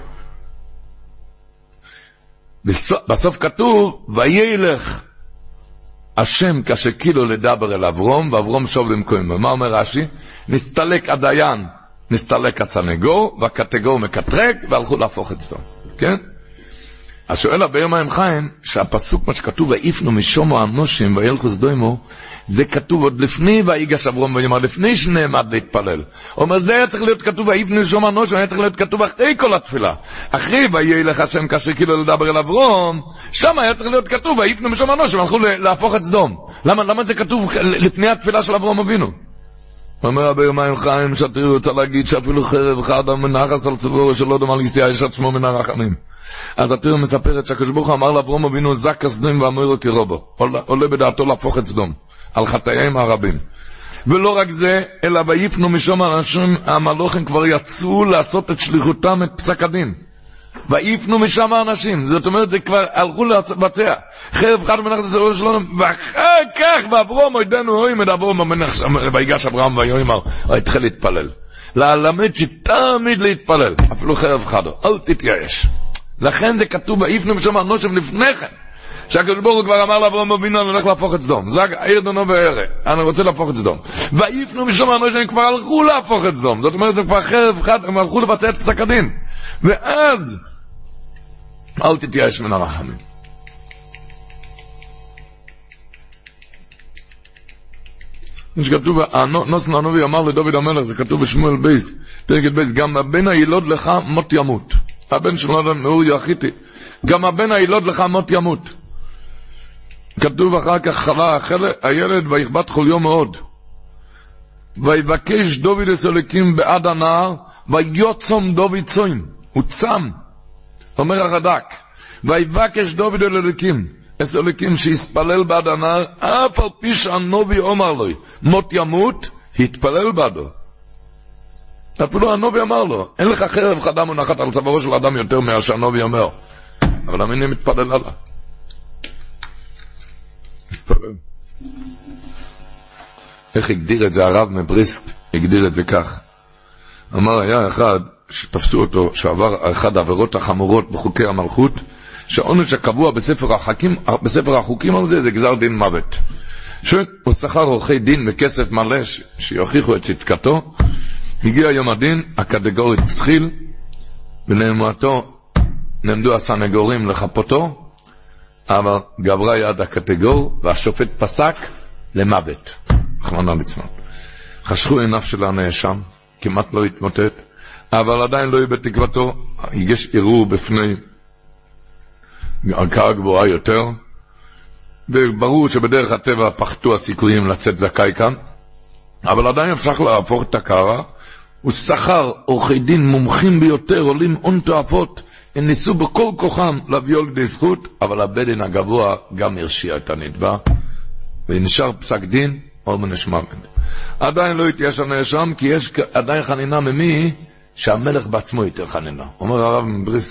בסוף, בסוף כתוב, וילך השם כשקילו לדבר אל אברום, ואברום שוב למקומו. מה אומר רש"י? נסתלק הדיין, נסתלק הסנגור, והקטגור מקטרק, והלכו להפוך את סדום. כן? אז שואל הבאר מים חיים, שהפסוק מה שכתוב, ויפנו משומו אנושים וילכו סדומו, זה כתוב עוד לפני ויגש אברהם ויאמר, לפני שנעמד להתפלל. הוא אומר, זה היה צריך להיות כתוב, ויפנו משומו אנושים, היה צריך להיות כתוב אחרי כל התפילה. אחרי וילך השם כאשר כאילו לדבר אל אברהם, שם היה צריך להיות כתוב, ויפנו משומו אנושים, הלכו להפוך את סדום. למה, למה זה כתוב לפני התפילה של אברהם אבינו? אומר הבאר מים חיים, שתראו, רוצה להגיד שאפילו חרב חדה מנחס על צבורו שלא דומה ליסייה, יש עצמו מן הרחמים. אז התיאור מספרת שהקדוש ברוך הוא אמר לאברהם אבינו זק הסדום ואמרו כרובו, עולה בדעתו להפוך את סדום על חטאיהם הרבים. ולא רק זה, אלא ויפנו משום אנשים, המלוכים כבר יצאו לעשות את שליחותם, את פסק הדין. ויפנו משם האנשים, זאת אומרת זה כבר הלכו לבצע חרב חד מנחת הצבורו שלו, ואחר כך ואברהם עודנו רואים את אברהם ויגש אברהם ויאמר, התחיל להתפלל, ללמד שתמיד להתפלל, אפילו חרב חדו, אל תתייאש. לכן זה כתוב ויפנו משם האנשים לפני כן, שהקדוש ברוך הוא כבר אמר לאברהם אבינו, אני הולך להפוך את סדום, זג עיר דונו וערה, אני רוצה להפוך את סדום. ויפנו משם האנשים כבר הלכו להפוך את סדום, זאת אומרת זה כבר חרב חד, הם הלכו לבצע את פסק הדין, ואז אל תתייאש מן הרחמים. יש כתוב, נוסן הנביא אמר לדוד המלך, זה כתוב בשמואל בייס, תגיד בייס, גם הבן הילוד לך מות ימות. הבן שלו מאורי החיתי, גם הבן הילוד לך מות ימות. כתוב אחר כך חלה הילד ויכבד חוליו מאוד. ויבקש דוד את אלוקים בעד הנער, ויוצום דוד צום, הוא צם. אומר הרד"ק, ויבקש דוד אל אלוקים, את אלוקים שיספלל בעד הנער, אף על פי שהנביא אומר לו, מות ימות, התפלל בעדו. אפילו הנביא אמר לו, אין לך חרב חדה מונחת על צווארו של אדם יותר מה שהנביא אומר. אבל אני מתפלל עליו. מתפלל. איך הגדיר את זה הרב מבריסק? הגדיר את זה כך. אמר, היה אחד שתפסו אותו, שעבר אחד העבירות החמורות בחוקי המלכות, שהעונש הקבוע בספר החוקים, בספר החוקים על זה, זה גזר דין מוות. שהוא שכר עורכי דין בכסף מלא, שיוכיחו את צדקתו, הגיע יום הדין, הקטגורית התחיל, ולעומתו נעמדו הסנגורים לחפותו, אבל גברה יד הקטגור, והשופט פסק למוות. רחמנא ליצלן. חשכו עיניו של הנאשם, כמעט לא התמוטט, אבל עדיין לא איבד תקוותו, יש ערעור בפני ערכאה גבוהה יותר, וברור שבדרך הטבע פחתו הסיכויים לצאת זכאי כאן, אבל עדיין אפשר להפוך את הקערה, הוא שכר עורכי דין מומחים ביותר, עולים הון תועפות, הם ניסו בכל כוחם להביאו לידי זכות, אבל הבדין הגבוה גם הרשיע את הנתבע, ונשאר פסק דין, עונש מוות. עדיין לא התייאש הנאשם, כי יש עדיין חנינה ממי שהמלך בעצמו ייתן חנינה. אומר הרב מבריסק,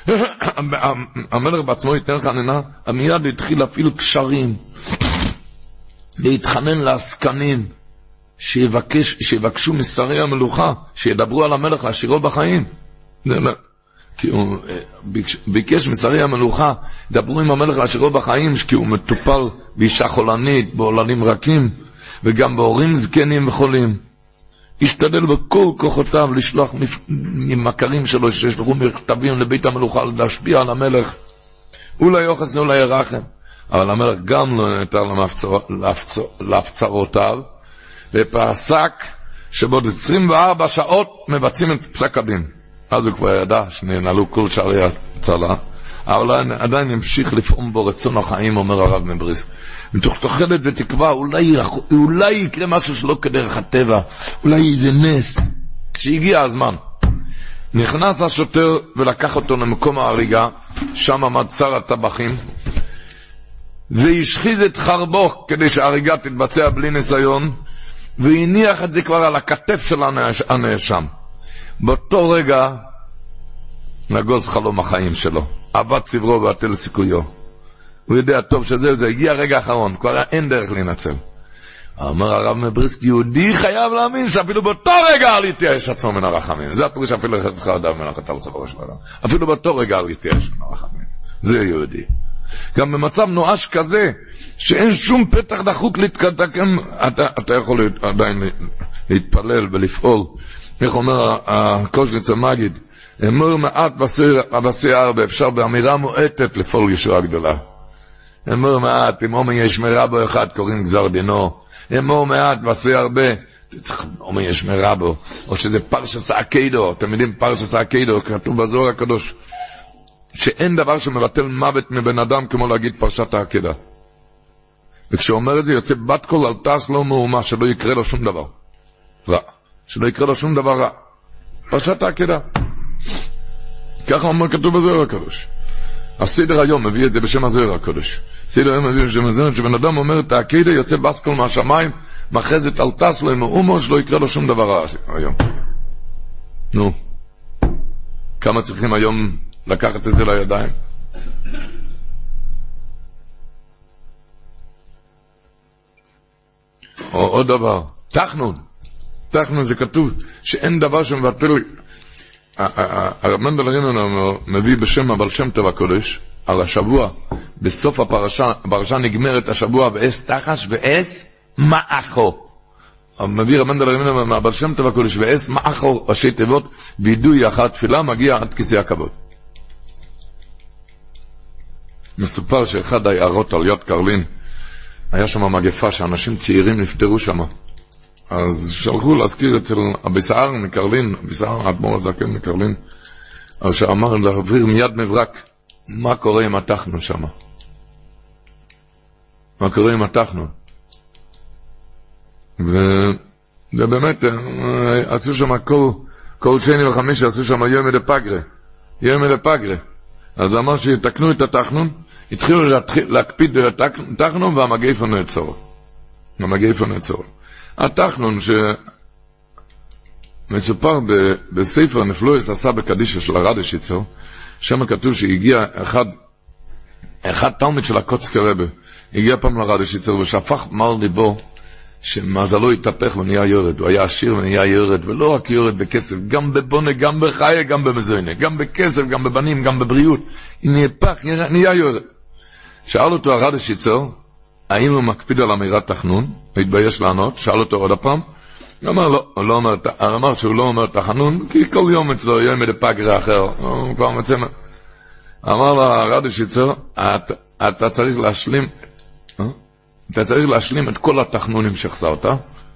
המלך בעצמו ייתן חנינה, מיד התחיל להפעיל קשרים, להתחנן לעסקנים, שיבקש, שיבקשו משרי המלוכה, שידברו על המלך להשאירו בחיים. כי הוא ביקש, ביקש משרי המלוכה, דברו עם המלך להשאירו בחיים, כי הוא מטופל באישה חולנית, בעוללים רכים, וגם בהורים זקנים וחולים. השתדל בכל כוחותיו לשלוח ממכרים שלו, שישלחו מכתבים לבית המלוכה, להשפיע על המלך. אולי יוחס, אולי ירחם. אבל המלך גם לא נתר להפצרותיו, ופסק שבעוד עשרים וארבע שעות מבצעים את פסק הדין. אז הוא כבר ידע שננעלו כל שערי הצלה, אבל עדיין ימשיך לפעום בו רצון החיים, אומר הרב מבריסק. מתוך תוחלת ותקווה, אולי, אולי יקרה משהו שלא כדרך הטבע, אולי איזה נס. כשהגיע הזמן, נכנס השוטר ולקח אותו למקום ההריגה, שם עמד שר הטבחים, והשחיז את חרבו כדי שההריגה תתבצע בלי ניסיון, והניח את זה כבר על הכתף של הנאשם. באותו רגע נגוז חלום החיים שלו, עבד צברו ועטל סיכויו. הוא יודע טוב שזה, זה הגיע רגע האחרון, כבר אין דרך להינצל. אמר הרב מבריסק, יהודי חייב להאמין שאפילו באותו רגע אל יתייאש עצמו מן הרחמים. זה הפירוש אפילו אחד אדם מנחת על צווארו של אדם. אפילו באותו רגע אל יתייאש מן הרחמים. זה יהודי. גם במצב נואש כזה, שאין שום פתח דחוק להתקדם, אתה, אתה יכול עדיין להתפלל ולפעול. איך אומר הקושניץ המגיד, אמור מעט ועשה הרבה, אפשר באמירה מועטת לפעול ישועה גדולה. אמור מעט, אם אומר יש מרבו אחד קוראים גזר דינו, אמור מעט ועשה הרבה, אומר יש מרבו, או שזה פרשס עקדו, אתם יודעים פרשס עקדו, כתוב בזוהר הקדוש, שאין דבר שמבטל מוות מבן אדם כמו להגיד פרשת העקדה. וכשאומר את זה יוצא בת כל על תעש לא מאומה, שלא יקרה לו שום דבר רע, שלא יקרה לו שום דבר רע. פרשת העקדה, ככה אומר כתוב בזוהר הקדוש. הסדר היום מביא את זה בשם הזוהר הקדוש. הסדר היום מביא בשם הזוהר, שבן אדם אומר את העקדה יוצא בת כל מהשמיים, מחזת על תעש לא מאומה, שלא יקרה לו שום דבר רע היום. נו, כמה צריכים היום לקחת את זה לידיים? או עוד דבר, תחנון. תחנון זה כתוב שאין דבר שמבטל. הרב מנדל רינון מביא בשם הבעל שם טוב הקודש על השבוע, בסוף הפרשה, הפרשה נגמרת השבוע ואס תחש ואס מאחו. מביא רב מנדל רינון מהבעל שם טוב הקודש ואס מאחו, ראשי תיבות, וידוי אחת תפילה מגיע עד כיסא הכבוד. מסופר שאחד העיירות על יד קרלין, היה שם מגפה שאנשים צעירים נפטרו שם. אז שלחו להזכיר אצל אבי סער מקרלין, אבי סער, האדמו"ר הזקן מקרלין, אז שאמר להעביר מיד מברק, מה קורה עם התחנון שם? מה קורה עם התחנון? ובאמת, עשו שם כל, כל שני וחמישי, עשו שם יום אלה פגרה. יום אלה פגרה. אז אמר שיתקנו את התחנון, התחילו להקפיד את התחנון, והמגייפון נעצור. המגייפון נעצור. התחנון שמסופר בספר נפלויס עשה בקדישה של הרדשיצר, שם כתוב שהגיע אחד, אחד תלמיד של הקוצקי רבה, הגיע פעם לרדשיצר ושפך מר ליבו, שמזלו התהפך ונהיה יורד, הוא היה עשיר ונהיה יורד, ולא רק יורד בכסף, גם בבונה, גם בחיי, גם במזוינה, גם בכסף, גם בבנים, גם בבריאות, נהפך, נהיה יורד. שאל אותו הרדשיצר, האם הוא מקפיד על אמירת תחנון? הוא התבייש לענות, שאל אותו עוד הפעם, הוא אמר, לא, הוא לא אומר, הוא אמר שהוא לא אומר תחנון, כי כל יום אצלו יום מדי פגרה אחר, הוא כבר מצא, אמר לו הרדשיצר, אתה, אתה צריך להשלים, אתה צריך להשלים את כל התחנונים שהחסרת.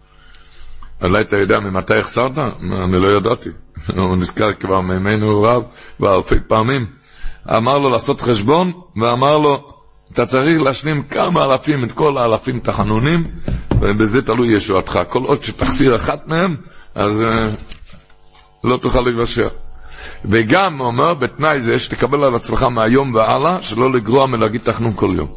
אולי אתה יודע ממתי החסרת? אני לא ידעתי. הוא נזכר כבר מימינו רב, ואלפי פעמים. אמר לו לעשות חשבון, ואמר לו, אתה צריך להשלים כמה אלפים, את כל האלפים תחנונים, ובזה תלוי ישועתך. כל עוד שתחסיר אחת מהם, אז לא תוכל לבשר. וגם, הוא אומר, בתנאי זה שתקבל על עצמך מהיום והלאה, שלא לגרוע מלהגיד תחנון כל יום.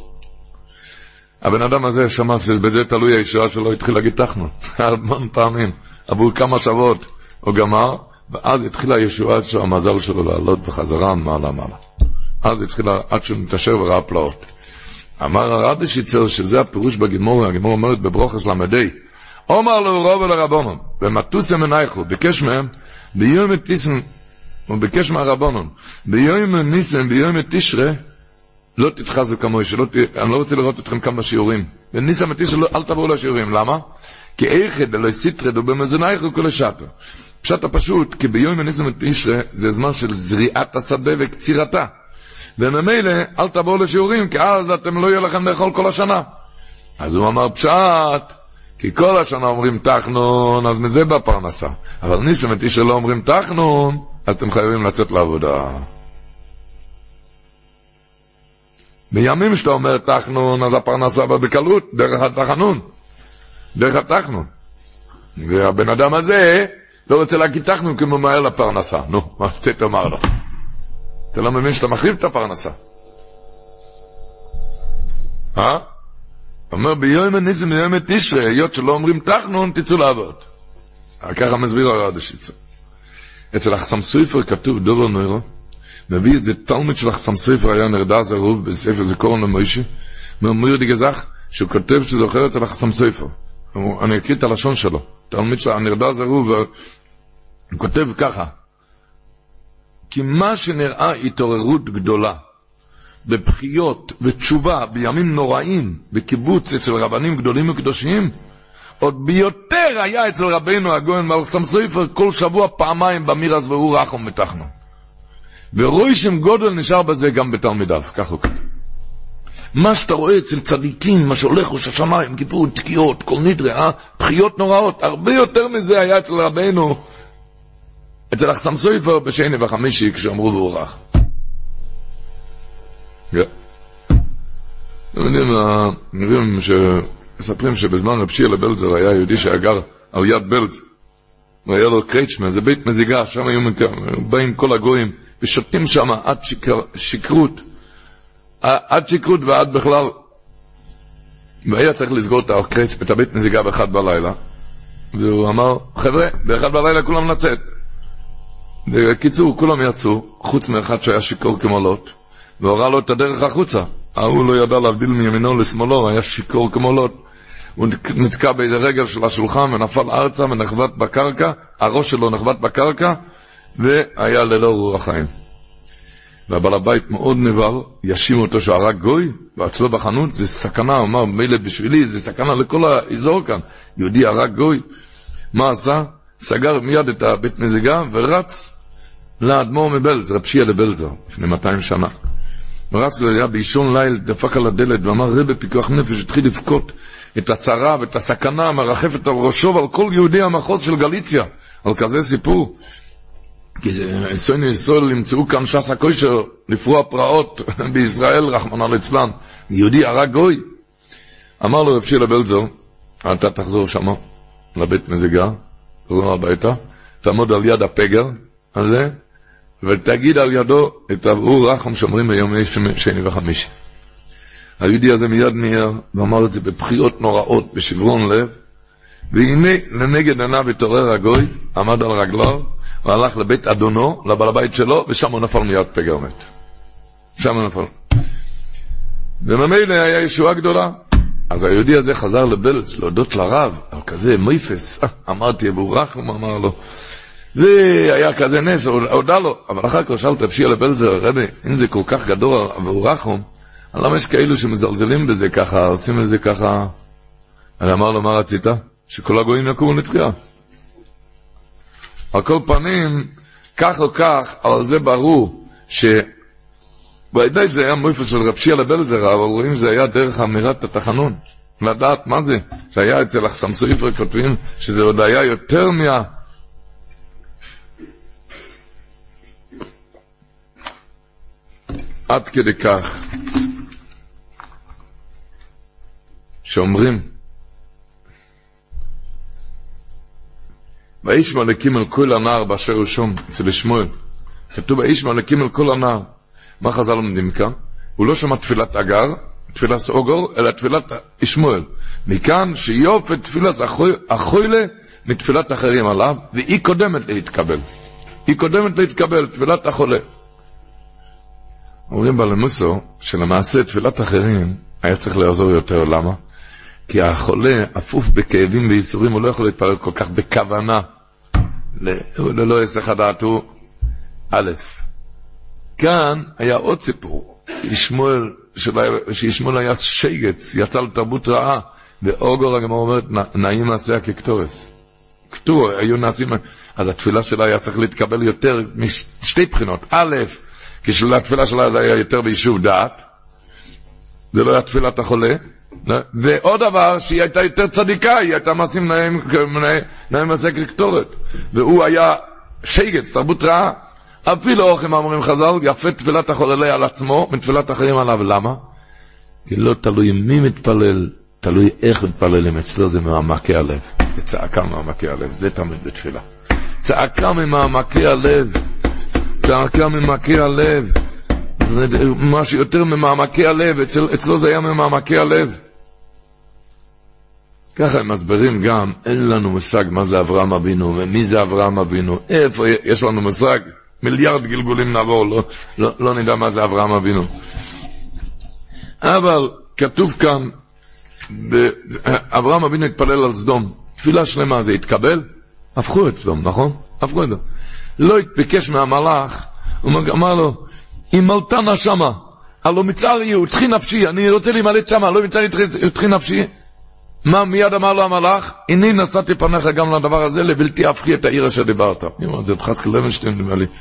הבן אדם הזה שמע שבזה תלוי הישועה שלו, התחיל להגיד תחנון. המון פעמים, עבור כמה שבועות הוא גמר, ואז התחילה הישועה של המזל שלו לעלות בחזרה מעלה מעלה. אז התחילה עד שהוא מתאשר וראה פלאות. אמר הרדשיצר שזה הפירוש בגמור, הגמור אומרת בברוכס למדי, אומר לו רוב לרבונון, ומטוסם מנייכו, ביקש מהם, ביום תיסן, הוא ביקש מהרבונון, ביום ניסן, ביום תשרה, לא תתחזו כמוה, שלא ת... אני לא רוצה לראות אתכם כמה שיעורים. וניסה מתיש שלא, אל תבואו לשיעורים. למה? כי איכד אלוהי סיטרד ובמזונייך כל השעתו. פשט הפשוט, כי ביום ניסה מתיש זה זמן של זריעת השדה וקצירתה. וממילא, אל תבואו לשיעורים, כי אז אתם לא יהיה לכם לאכול כל השנה. אז הוא אמר פשט, כי כל השנה אומרים תחנון, אז מזה בא פרנסה. אבל ניסה מתיש שלא אומרים תחנון, אז אתם חייבים לצאת לעבודה. בימים שאתה אומר תחנון, אז הפרנסה בא בקלות, דרך התחנון. דרך התחנון. והבן אדם הזה לא רוצה להגיד תחנון, כי הוא ממהר לפרנסה. נו, מה רוצה תאמר לו? אתה לא מבין שאתה מחריב את הפרנסה. אה? אומר, ביום הניסים, ביום תשרה, היות שלא אומרים תחנון, תצאו לעבוד. ככה מסביר הרדשיצר. אצל החסם סופר כתוב דובר נוירו, מביא את זה תלמיד של החסם סופר היה נרדה זרוב בספר זיכרון למוישה, מאמר לי גזח שהוא כותב שזוכר אצל החסם סופר. אני אקריא את הלשון שלו. תלמיד של הנרדה זרוב, הוא כותב ככה, כי מה שנראה התעוררות גדולה, בבחיות ותשובה בימים נוראים, בקיבוץ אצל רבנים גדולים וקדושים, עוד ביותר היה אצל רבינו הגויין מהחסם סופר כל שבוע פעמיים במירס והוא רחום מתחנו. ורוישם גודל נשאר בזה גם בתלמידיו, כך הוא כתב. מה שאתה רואה אצל צדיקים, מה שהולך ראש השנה, עם כיפור, תקיעות, כל נדרה, בחיות נוראות, הרבה יותר מזה היה אצל רבנו, אצל החסם סופר בשני וחמישי, כשאמרו באורח. אתם יודעים, מספרים שבזמן רב שיר לבלזר היה יהודי שאגר על יד בלז, והיה לו קרייצ'מן, זה בית מזיגה, שם היו באים כל הגויים, ושותים שם עד שקרות, עד שקרות ועד בכלל, והיה צריך לסגור את הקרייצ' את הבית מזיגה באחד בלילה, והוא אמר, חבר'ה, באחד בלילה כולם נצאת. בקיצור, כולם יצאו, חוץ מאחד שהיה שיקור כמולות, והורא לו את הדרך החוצה. הוא לא ידע להבדיל מימינו לשמאלו, היה שיקור כמולות. הוא נתקע באיזה רגל של השולחן ונפל ארצה ונחבט בקרקע, הראש שלו נחבט בקרקע, והיה ללא רוח חיים. והבעל הבית מאוד נבל, ישימו אותו שהרג גוי, ואצלו בחנות, זה סכנה, הוא אמר, מילא בשבילי, זה סכנה לכל האזור כאן. יהודי הרג גוי. מה עשה? סגר מיד את הבית מזיגה, ורץ לאדמו"ר מבלז, רב שיה לבלזר, לפני מאתיים שנה. ורץ ליד באישון ליל, דפק על הדלת, ואמר, רבי פיקוח נפש, התחיל לבכות את הצרה ואת הסכנה המרחפת על ראשו ועל כל יהודי המחוז של גליציה, על כזה סיפור. כי זה ניסיון ישראל ימצאו כאן ש"ס הכושר לפרוע פרעות בישראל, רחמנא ליצלן. יהודי הרג גוי. אמר לו רב שיה לבלזר, אתה תחזור שמה, לבית מזיגה, תחזור הביתה, תעמוד על יד הפגר הזה, ותגיד על ידו את אור רחם שאומרים ביום שני וחמישי. היהודי הזה מיד נהיה, ואמר את זה בבחיות נוראות, בשברון לב, והנה לנגד עיניו התעורר הגוי, עמד על רגליו, והלך לבית אדונו, לבעל הבית שלו, ושם הוא נפל מיד פגר מת. שם הוא נפל. וממילא היה ישועה גדולה. אז היהודי הזה חזר לבלץ, להודות לרב, על כזה מייפס, אמרתי, אבו רחם אמר לו, והיה כזה נס, הודע לו, אבל אחר כך שאלת, אפשיה לבלזר, רבי, אם זה כל כך גדול, אבו רחם, למה יש כאלו שמזלזלים בזה ככה, עושים את זה ככה, אני אמר לו, מה רצית? שכל הגויים יקומו לתחייה. על כל פנים, כך או כך, אבל זה ברור, ש... בידי זה היה מויפס של רב שיה לבלזר, אבל רואים זה היה דרך אמירת התחנון. לדעת מה זה? שהיה אצל החסם סופר כותבים שזה עוד היה יותר מה... עד כדי כך שאומרים ואיש מלכים על כל הנער באשר הוא שום אצל שמואל כתוב ואיש מלכים על כל הנער. מה חז"ל לומדים כאן? הוא לא שמע תפילת אגר, תפילת אוגור, אלא תפילת שמואל. מכאן שיופת תפילת החוילה מתפילת אחרים עליו, והיא קודמת להתקבל. היא קודמת להתקבל, תפילת החולה. אומרים בעל מוסר שלמעשה תפילת אחרים היה צריך לעזור יותר. למה? כי החולה אפוף בכאבים וייסורים, הוא לא יכול להתפלל כל כך בכוונה. ללא היסח הדעת הוא א'. כאן היה עוד סיפור, שישמואל היה שגץ, יצא לתרבות רעה, ואוגור הגמרא אומרת, נעים מעשיה כקטורס. קטור, היו נעשים, אז התפילה שלה היה צריך להתקבל יותר משתי בחינות. א', כשהתפילה שלה זה היה יותר ביישוב דעת, זה לא היה תפילת החולה, ועוד דבר, שהיא הייתה יותר צדיקה, היא הייתה מעשים נעים מעשיה כקטורת, והוא היה שגץ, תרבות רעה, אפילו אורחים אמרים חז"ל, יפה תפילת החולה על עצמו, מתפילת אחרים עליו. למה? כי לא תלוי מי מתפלל, תלוי איך מתפללים. אצלו זה מעמקי הלב. צעקה מעמקי הלב, זה תמיד בתפילה. צעקה ממעמקי הלב. צעקה ממעמקי הלב. זה משהו יותר ממעמקי הלב, אצל, אצלו זה היה ממעמקי הלב. ככה הם מסברים גם, אין לנו מושג מה זה אברהם אבינו, ומי זה אברהם אבינו. איפה יש לנו מושג? מיליארד גלגולים נעבור, לא, לא, לא נדע מה זה אברהם אבינו. אבל כתוב כאן, אברהם אבינו התפלל על סדום, תפילה שלמה, זה התקבל? הפכו את סדום, נכון? הפכו את זה. לא התבקש מהמלאך, הוא אמר לו, אם מלתנה שמה, הלא מצער יהיו, תחי נפשי, אני רוצה להימלט שמה, לא מצער תחי נפשי. מה מיד אמר לו המלאך? הנה נשאתי פניך גם לדבר הזה, לבלתי הפכי את העיר אשר דיברת. אני אומר, זה בחץ כלבנשטיין, נדמה לי.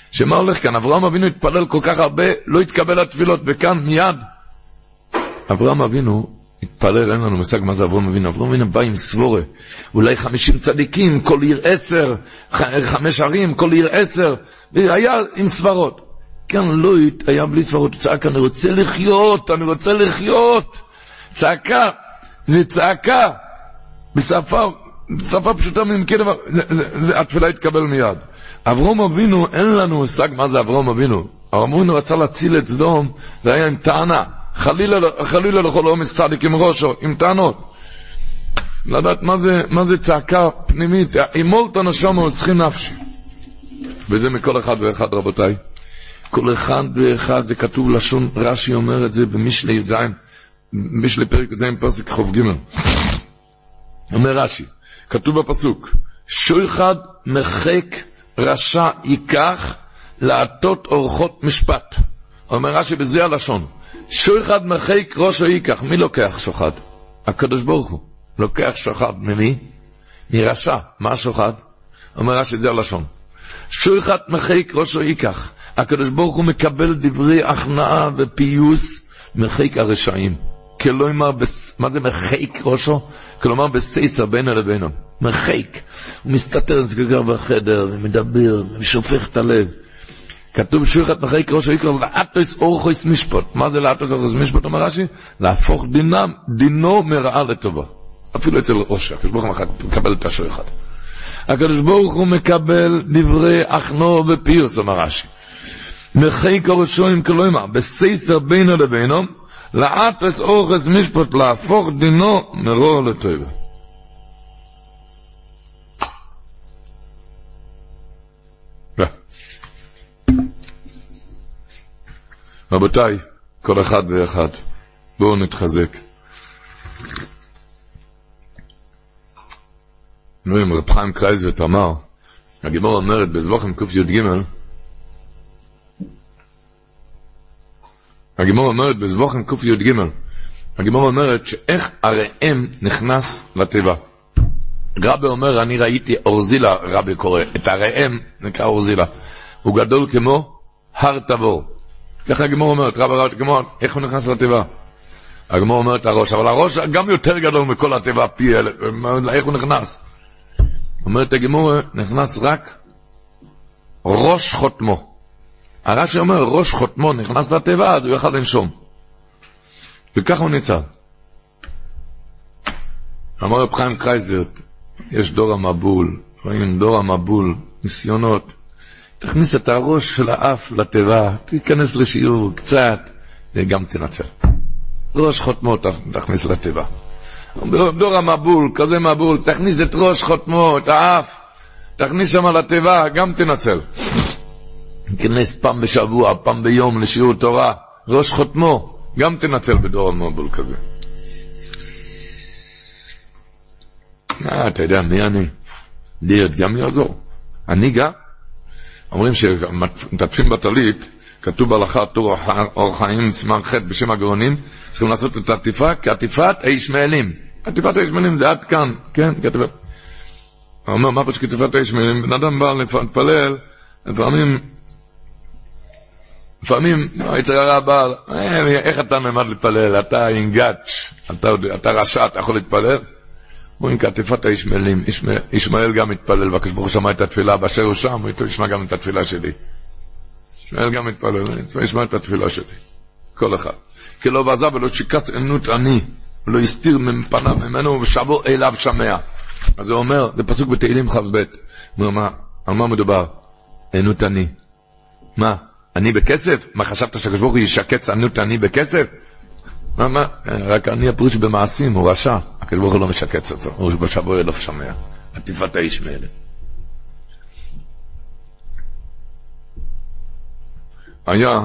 שמה הולך כאן? אברהם אבינו התפלל כל כך הרבה, לא התקבל התפילות, וכאן מיד. אברהם אבינו התפלל, אין לנו מושג מה זה אברהם אבינו. אברהם אבינו בא עם סבורה, אולי חמישים צדיקים, כל עיר עשר, חמש ערים, כל עיר עשר, והיה עם סברות. כאן לא היה בלי סברות, הוא צעק, אני רוצה לחיות, אני רוצה לחיות. צעקה, זה צעקה, בשפה, בשפה פשוטה ממכי דבר, זה, זה, זה, התפילה התקבל מיד. אברהם אבינו, אין לנו מושג מה זה אברהם אבינו. אברהם אבינו רצה להציל את סדום, זה היה עם טענה. חלילה, חלילה לכל אומץ צדיק עם ראשו, עם טענות. לדעת מה זה, מה זה צעקה פנימית, אימולת הנשמה וסכין נפשי. וזה מכל אחד ואחד, רבותיי. כל אחד ואחד, זה כתוב לשון, רש"י אומר את זה במשלי י"ז, משלי פרק י"ז פסוק חוב ג'. אומר רש"י, כתוב בפסוק, שויחד מחק רשע ייקח לעטות אורחות משפט. אומר רש"י בזה הלשון, שויחד מחק ראשו ייקח. מי לוקח שוחד? הקדוש ברוך הוא. לוקח שוחד ממי? מרשע. מה שוחד? אומר רש"י זה הלשון, שויחד מחק ראשו ייקח. הקדוש ברוך הוא מקבל דברי הכנעה ופיוס מחק הרשעים. כלומר, מה זה מחק ראשו? כלומר בסייסר בינו לבינו. מחק. הוא מסתתר סגר בחדר ומדבר ושופך את הלב. כתוב שויחד מחק ראשו ייקח לאטוס אורחוס משפט. מה זה לאטוס אורחוס משפט? אומר רש"י, להפוך דינם, דינו מרעה לטובה. אפילו אצל ראש, הקדוש ברוך הוא מקבל את השויחד. הקדוש ברוך הוא מקבל דברי הכנעה ופיוס, אומר רש"י. מחק ראשו כלומר בסייסר בינו לבינו לאטוס אורחוס משפט, להפוך דינו מרעה לטובה. רבותיי, כל אחד ואחד, בואו נתחזק. נו, עם רב חיים קרייזוויט אמר, הגימור אומרת בזבוחים קוף י' ג', הגימור אומרת בזבוחים קוף י' ג', הגימור אומרת שאיך הראם נכנס לטבע. רבי אומר, אני ראיתי אורזילה, רבי קורא, את הראם נקרא אורזילה, הוא גדול כמו הר תבור. ככה הגמור אומרת, רב הרב הגמור, איך הוא נכנס לטבע? הגמור אומרת הראש, אבל הראש גם יותר גדול מכל הטבע פי אלף, איך הוא נכנס? אומרת הגמור, נכנס רק ראש חותמו. הרש"י אומר, ראש חותמו נכנס לטבע, אז הוא יכל לנשום. וככה הוא ניצל. אמר רב חיים קרייזוויט, יש דור המבול, רואים דור המבול, ניסיונות, תכניס את הראש של האף לטבע, תיכנס לשיעור קצת, וגם תנצל. ראש חותמו תכניס לטבע. דור המבול, כזה מבול, תכניס את ראש חותמו, את האף, תכניס שם לטבע, גם תנצל. תכניס פעם בשבוע, פעם ביום לשיעור תורה, ראש חותמו, גם תנצל בדור המבול כזה. אה, אתה יודע, מי אני? דירת גם יעזור. אני גם? אומרים שמטפשים בטלית, כתוב בהלכה תור אור חיים צמר ח' בשם הגאונים, צריכים לעשות את העטיפה כעטיפת הישמעאלים. עטיפת הישמעאלים זה עד כאן, כן, כעטיפת. הוא אומר, מה פשוט כעטיפת הישמעאלים? בן אדם בא להתפלל, לפעמים, לפעמים, היצר הרע בא, איך אתה נעמד להתפלל? אתה אינגאץ', אתה, אתה רשע, אתה יכול להתפלל? הוא עם כעטיפת הישמעאלים, ישמעאל גם מתפלל, והקדוש ברוך הוא שמע את התפילה, באשר הוא שם, הוא ישמע גם את התפילה שלי. ישמעאל גם מתפלל, הוא ישמע את התפילה שלי. כל אחד. כי לא בעזב ולא שיקץ ענות אני, ולא הסתיר מפניו ממנו, ושבו אליו שמע. אז הוא אומר, זה פסוק בתהילים חב ב', הוא אומר, מה, על מה מדובר? ענות אני. מה, אני בכסף? מה, חשבת שהקדוש ברוך הוא ישקץ ענות אני בכסף? מה, מה? רק אני הפרוש במעשים, הוא רשע. הקדוש ברוך הוא לא משקץ אותו, הוא בשבוע אליו שמע. עטיפת הישמעאלים. היה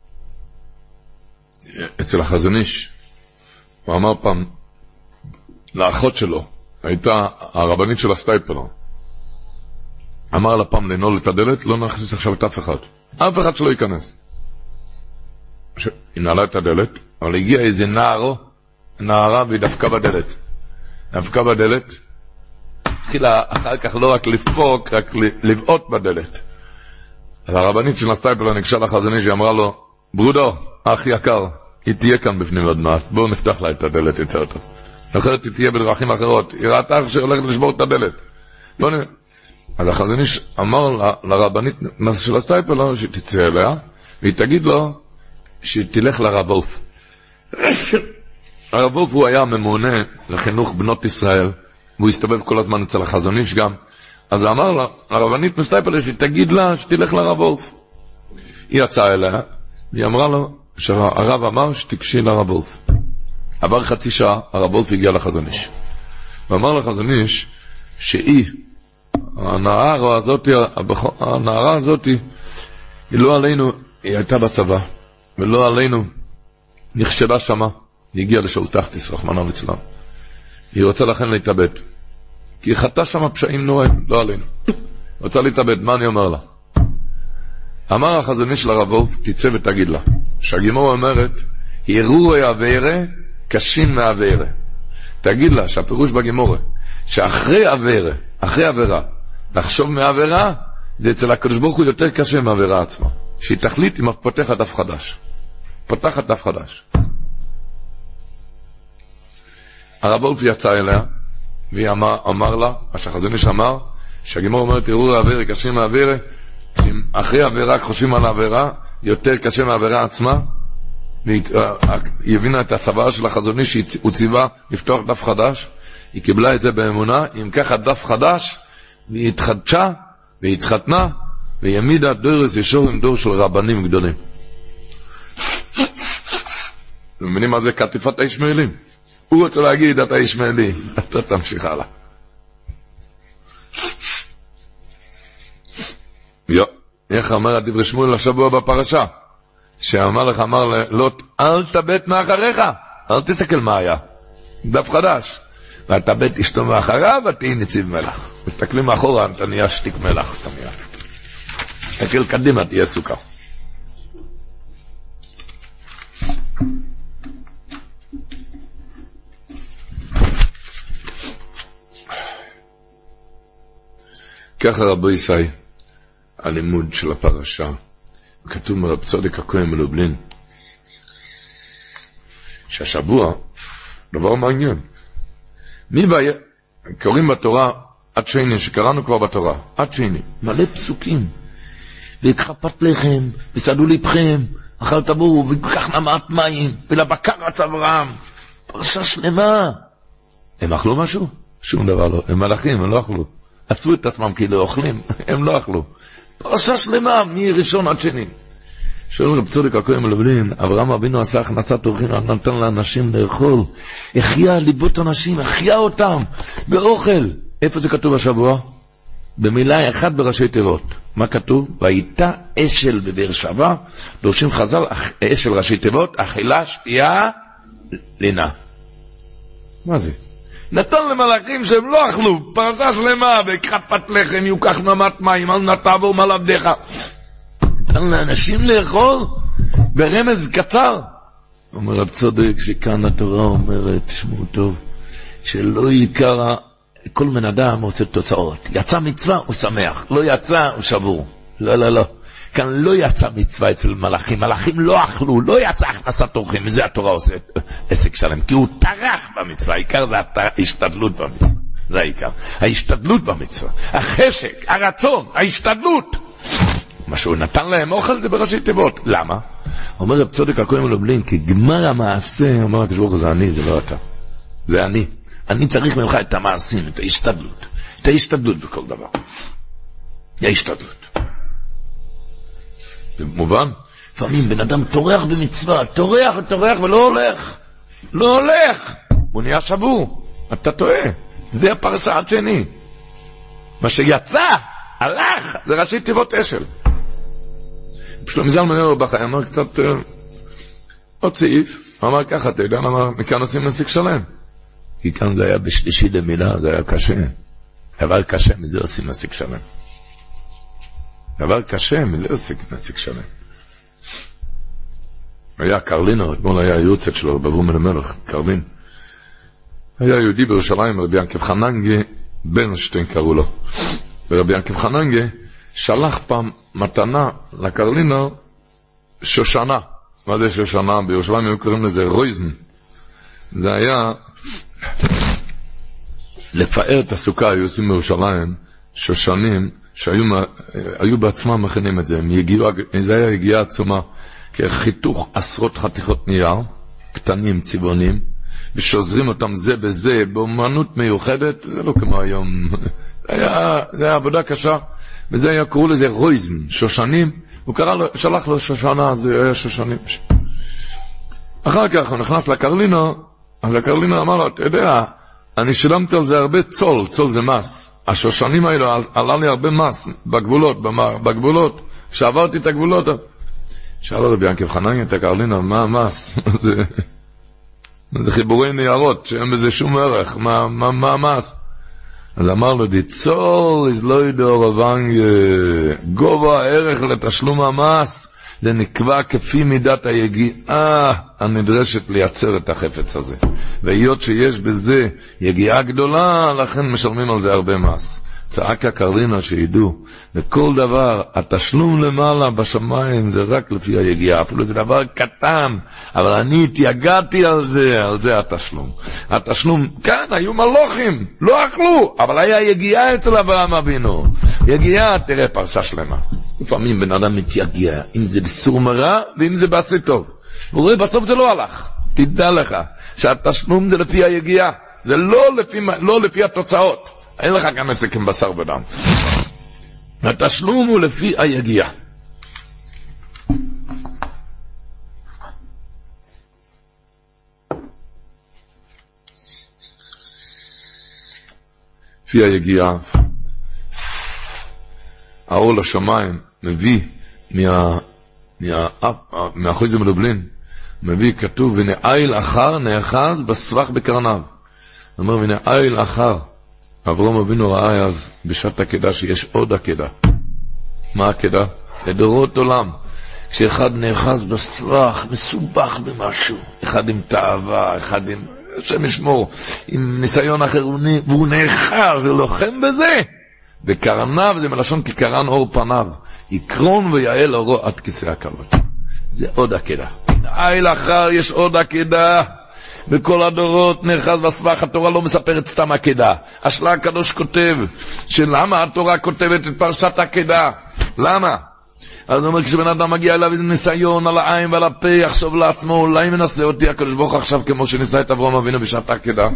אצל החזון איש, הוא אמר פעם לאחות שלו, הייתה הרבנית של הסטייפלר, אמר לה פעם לנעול את הדלת, לא נכניס עכשיו את אף אחד, אף אחד שלא ייכנס. היא נעלה את הדלת, אבל הגיע איזה נער, נערה והיא דפקה בדלת. דפקה בדלת, התחילה אחר כך לא רק לפוק, רק לבעוט בדלת. אז הרבנית של הסטייפלר ניגשה לחזון איש, היא אמרה לו, ברודו, אח יקר, היא תהיה כאן בפנים עוד מעט, בואו נפתח לה את הדלת יותר טוב. אחרת היא תהיה בדרכים אחרות, היא ראתה אח שהולכת לשבור את הדלת. בואו נ... אז החזון איש אמר ל... לרבנית של הסטייפלר שהיא תצא אליה, והיא תגיד לו שהיא תלך לרב וולף. הרב וולף הוא היה ממונה לחינוך בנות ישראל, והוא הסתובב כל הזמן אצל החזון איש גם. אז הוא אמר לה, לרבנית מסטייפלר, שתגיד לה שתלך לרב וולף. היא יצאה אליה, והיא אמרה לו, שהרב אמר שתקשי לרב וולף. עבר חצי שעה, הרב וולף הגיע לחזון איש. ואמר לחזון איש, שהיא, הנערה הזאת, הנערה הזאת, היא לא עלינו, היא הייתה בצבא, ולא עלינו, נכשלה שמה, היא הגיעה לשאול תחתיס, רחמנא ליצלן. היא רוצה לכן להתאבד. כי היא חטאה שמה פשעים נוראים, לא עלינו. רוצה להתאבד, מה אני אומר לה? אמר החזון איש לרב וולף, תצא ותגיד לה. שהגימורה אומרת, אירועי עבירה קשים מעבירה. תגיד לה שהפירוש בגימורה, שאחרי עבירה, אחרי עבירה, לחשוב מעבירה, זה אצל הקדוש ברוך הוא יותר קשה מעבירה עצמה. שהיא תחליט אם את פותחת דף חדש. פותחת דף חדש. הרב וולף יצא אליה, והיא אמר, אמר לה, שהחזון איש אמר, שהגימורה אומרת, אירועי עבירה קשים מעבירה, שאם אחרי עבירה חושבים על העבירה, זה יותר קשה מהעבירה עצמה, והיא הבינה את הצבא של החזון איש, שהוא ציווה לפתוח דף חדש, היא קיבלה את זה באמונה, היא מקחה דף חדש, והיא התחדשה, והיא התחתנה, והיא העמידה דורס ישור עם דור של רבנים גדולים. אתם מבינים מה זה כתיפת הישמעאלים? הוא רוצה להגיד, אתה ישמעאלי, אתה תמשיך הלאה. יו, איך אמר הדברי שמואל השבוע בפרשה? שאמר לך, אמר ללוט, אל תבט מאחריך, אל תסתכל מה היה. דף חדש. ואתה בית אשתו מאחריו, ותהי נציב מלח. מסתכלים מאחורה, אתה נהיה שתיק מלח. אתה נהיה. מסתכל קדימה, תהיה סוכר. ככה רבו ישי, הלימוד של הפרשה, כתוב מרב צודק הכהן מלובלין, שהשבוע, דבר מעניין, מי בעיה, קוראים בתורה, עד שני, שקראנו כבר בתורה, עד שני, מלא פסוקים, ויקחה פת לחם, וסעדו ליבכם, אכל תבור, וכך נמעת מים, ולבקר רץ אברהם, פרשה שלמה. הם אכלו משהו? שום דבר לא, הם מלאכים, הם לא אכלו. עשו את עצמם כאילו אוכלים, הם לא אכלו. פרשה שלמה, מראשון עד שני. שואל רב צודק הכהן מלובלין, אברהם אבינו עשה הכנסת אורחים, נתן לאנשים לאכול, החיה ליבות אנשים, החיה אותם באוכל. איפה זה כתוב השבוע? במילה אחת בראשי תיבות. מה כתוב? והייתה אשל בבאר שבע, דורשים חז"ל, אשל ראשי תיבות, אכילה, שתייה, לינה. מה זה? נתן למלאכים שהם לא אכלו, פרשה שלמה, ויקחת פת לחם, יוקח נמת מים, אל נתבו מעל עבדיך. נתן לאנשים לאכול ברמז קצר. אומר רב צודק שכאן התורה אומרת, תשמעו טוב, שלא יקרה, כל בן אדם רוצה תוצאות. יצא מצווה, הוא שמח. לא יצא, הוא שבור. לא, לא, לא. כאן לא יצא מצווה אצל מלאכים. מלאכים לא אכלו, לא יצא הכנסת אורחים. וזה התורה עושה עסק שלם. כי הוא טרח במצווה. העיקר זה ההשתדלות במצווה. זה העיקר. ההשתדלות במצווה. החשק, הרצון, ההשתדלות. מה שהוא נתן להם אוכל זה בראשי תיבות. למה? אומר רב צודק הכהן מלובלין, כי גמר המעשה, אומר הקדוש ברוך הוא, זה אני, זה לא אתה. זה אני. אני צריך ממך את המעשים, את ההשתדלות. את ההשתדלות בכל דבר. ההשתדלות. במובן, לפעמים בן אדם תורח במצווה, תורח ותורח ולא הולך. לא הולך. הוא נהיה שבור. אתה טועה. זה הפרשה עד שני. מה שיצא, הלך, זה ראשי תיבות אשל. שלומי זלמן אוירבך אמר קצת עוד סעיף, אמר ככה, אתה יודע למה מכאן עושים נסיק שלם? כי כאן זה היה בשלישי למילה, זה היה קשה. דבר קשה, מזה עושים נסיק שלם. דבר קשה, מזה עושים נסיק שלם. היה קרלינו, אתמול היה היוצאת שלו, בברום אל המלך, קרלין. היה יהודי בירושלים, רבי ינקב חננגה, בנשטיין קראו לו. ורבי ינקב חננגה, שלח פעם מתנה לקרלינו שושנה. מה זה שושנה? בירושלים הם קוראים לזה רויזן. זה היה לפאר את הסוכה, היו עושים בירושלים שושנים שהיו היו בעצמם מכינים את זה. יגיעו, זה היה הגיעה עצומה, כחיתוך עשרות חתיכות נייר, קטנים, צבעונים, ושוזרים אותם זה בזה, באומנות מיוחדת, זה לא כמו היום. זה היה, זה היה עבודה קשה, וזה היה, קראו לזה רויזן, שושנים, הוא קרא לו, שלח לו שושנה, זה היה שושנים. אחר כך הוא נכנס לקרלינו, אז הקרלינו אמר לו, אתה יודע, אני שילמתי על זה הרבה צול, צול זה מס. השושנים האלו עלה לי הרבה מס בגבולות, בגבולות, כשעברתי את הגבולות. שאל לו רבי ינקב חנניה את הקרלינו, מה המס? זה, זה חיבורי ניירות, שאין בזה שום ערך, מה, מה, מה המס? אז אמר לו, די צול, is לא ידעו רבנג, גובה הערך לתשלום המס, זה נקבע כפי מידת היגיעה הנדרשת לייצר את החפץ הזה. והיות שיש בזה יגיעה גדולה, לכן משלמים על זה הרבה מס. צעק הקרלינו שידעו, לכל דבר, התשלום למעלה בשמיים זה רק לפי היגיעה, אפילו זה דבר קטן, אבל אני התייגעתי על זה, על זה התשלום. התשלום, כאן היו מלוכים, לא אכלו, אבל היה יגיעה אצל אברהם אבינו. יגיעה, תראה פרשה שלמה. לפעמים בן אדם מתייגע, אם זה בסור מרע ואם זה בעשה טוב. הוא רואה, בסוף זה לא הלך. תדע לך שהתשלום זה לפי היגיעה, זה לא לפי, לא לפי התוצאות. אין לך כאן עסק עם בשר ודם. התשלום הוא לפי היגיעה. לפי היגיעה. האור לשמיים מביא מה, מה, מהחויז המדובלין, מביא כתוב, ונעיל אחר נאחז בסבך בקרניו. הוא אומר, ונעיל אחר. אברהם אבינו ראה אז בשעת עקדה שיש עוד עקדה. מה עקדה? לדורות עולם. כשאחד נאחז בסבך, מסובך במשהו, אחד עם תאווה, אחד עם, השם ישמור, עם ניסיון אחר, והוא נאחז, הוא לוחם בזה. בקרניו זה מלשון כקרן אור פניו, יקרון ויעל אורו עד כיסא הכבוד. זה עוד עקדה. נעיל אחר יש עוד עקדה. בכל הדורות נאחז בסבך. התורה לא מספרת סתם עקדה. השלה הקדוש כותב שלמה התורה כותבת את פרשת עקדה. למה? אז הוא אומר, כשבן אדם מגיע אליו איזה ניסיון על העין ועל הפה, יחשוב לעצמו, אולי מנסה אותי הקדוש ברוך הוא עכשיו כמו שניסה את אברהם אבינו בשעת העקדה.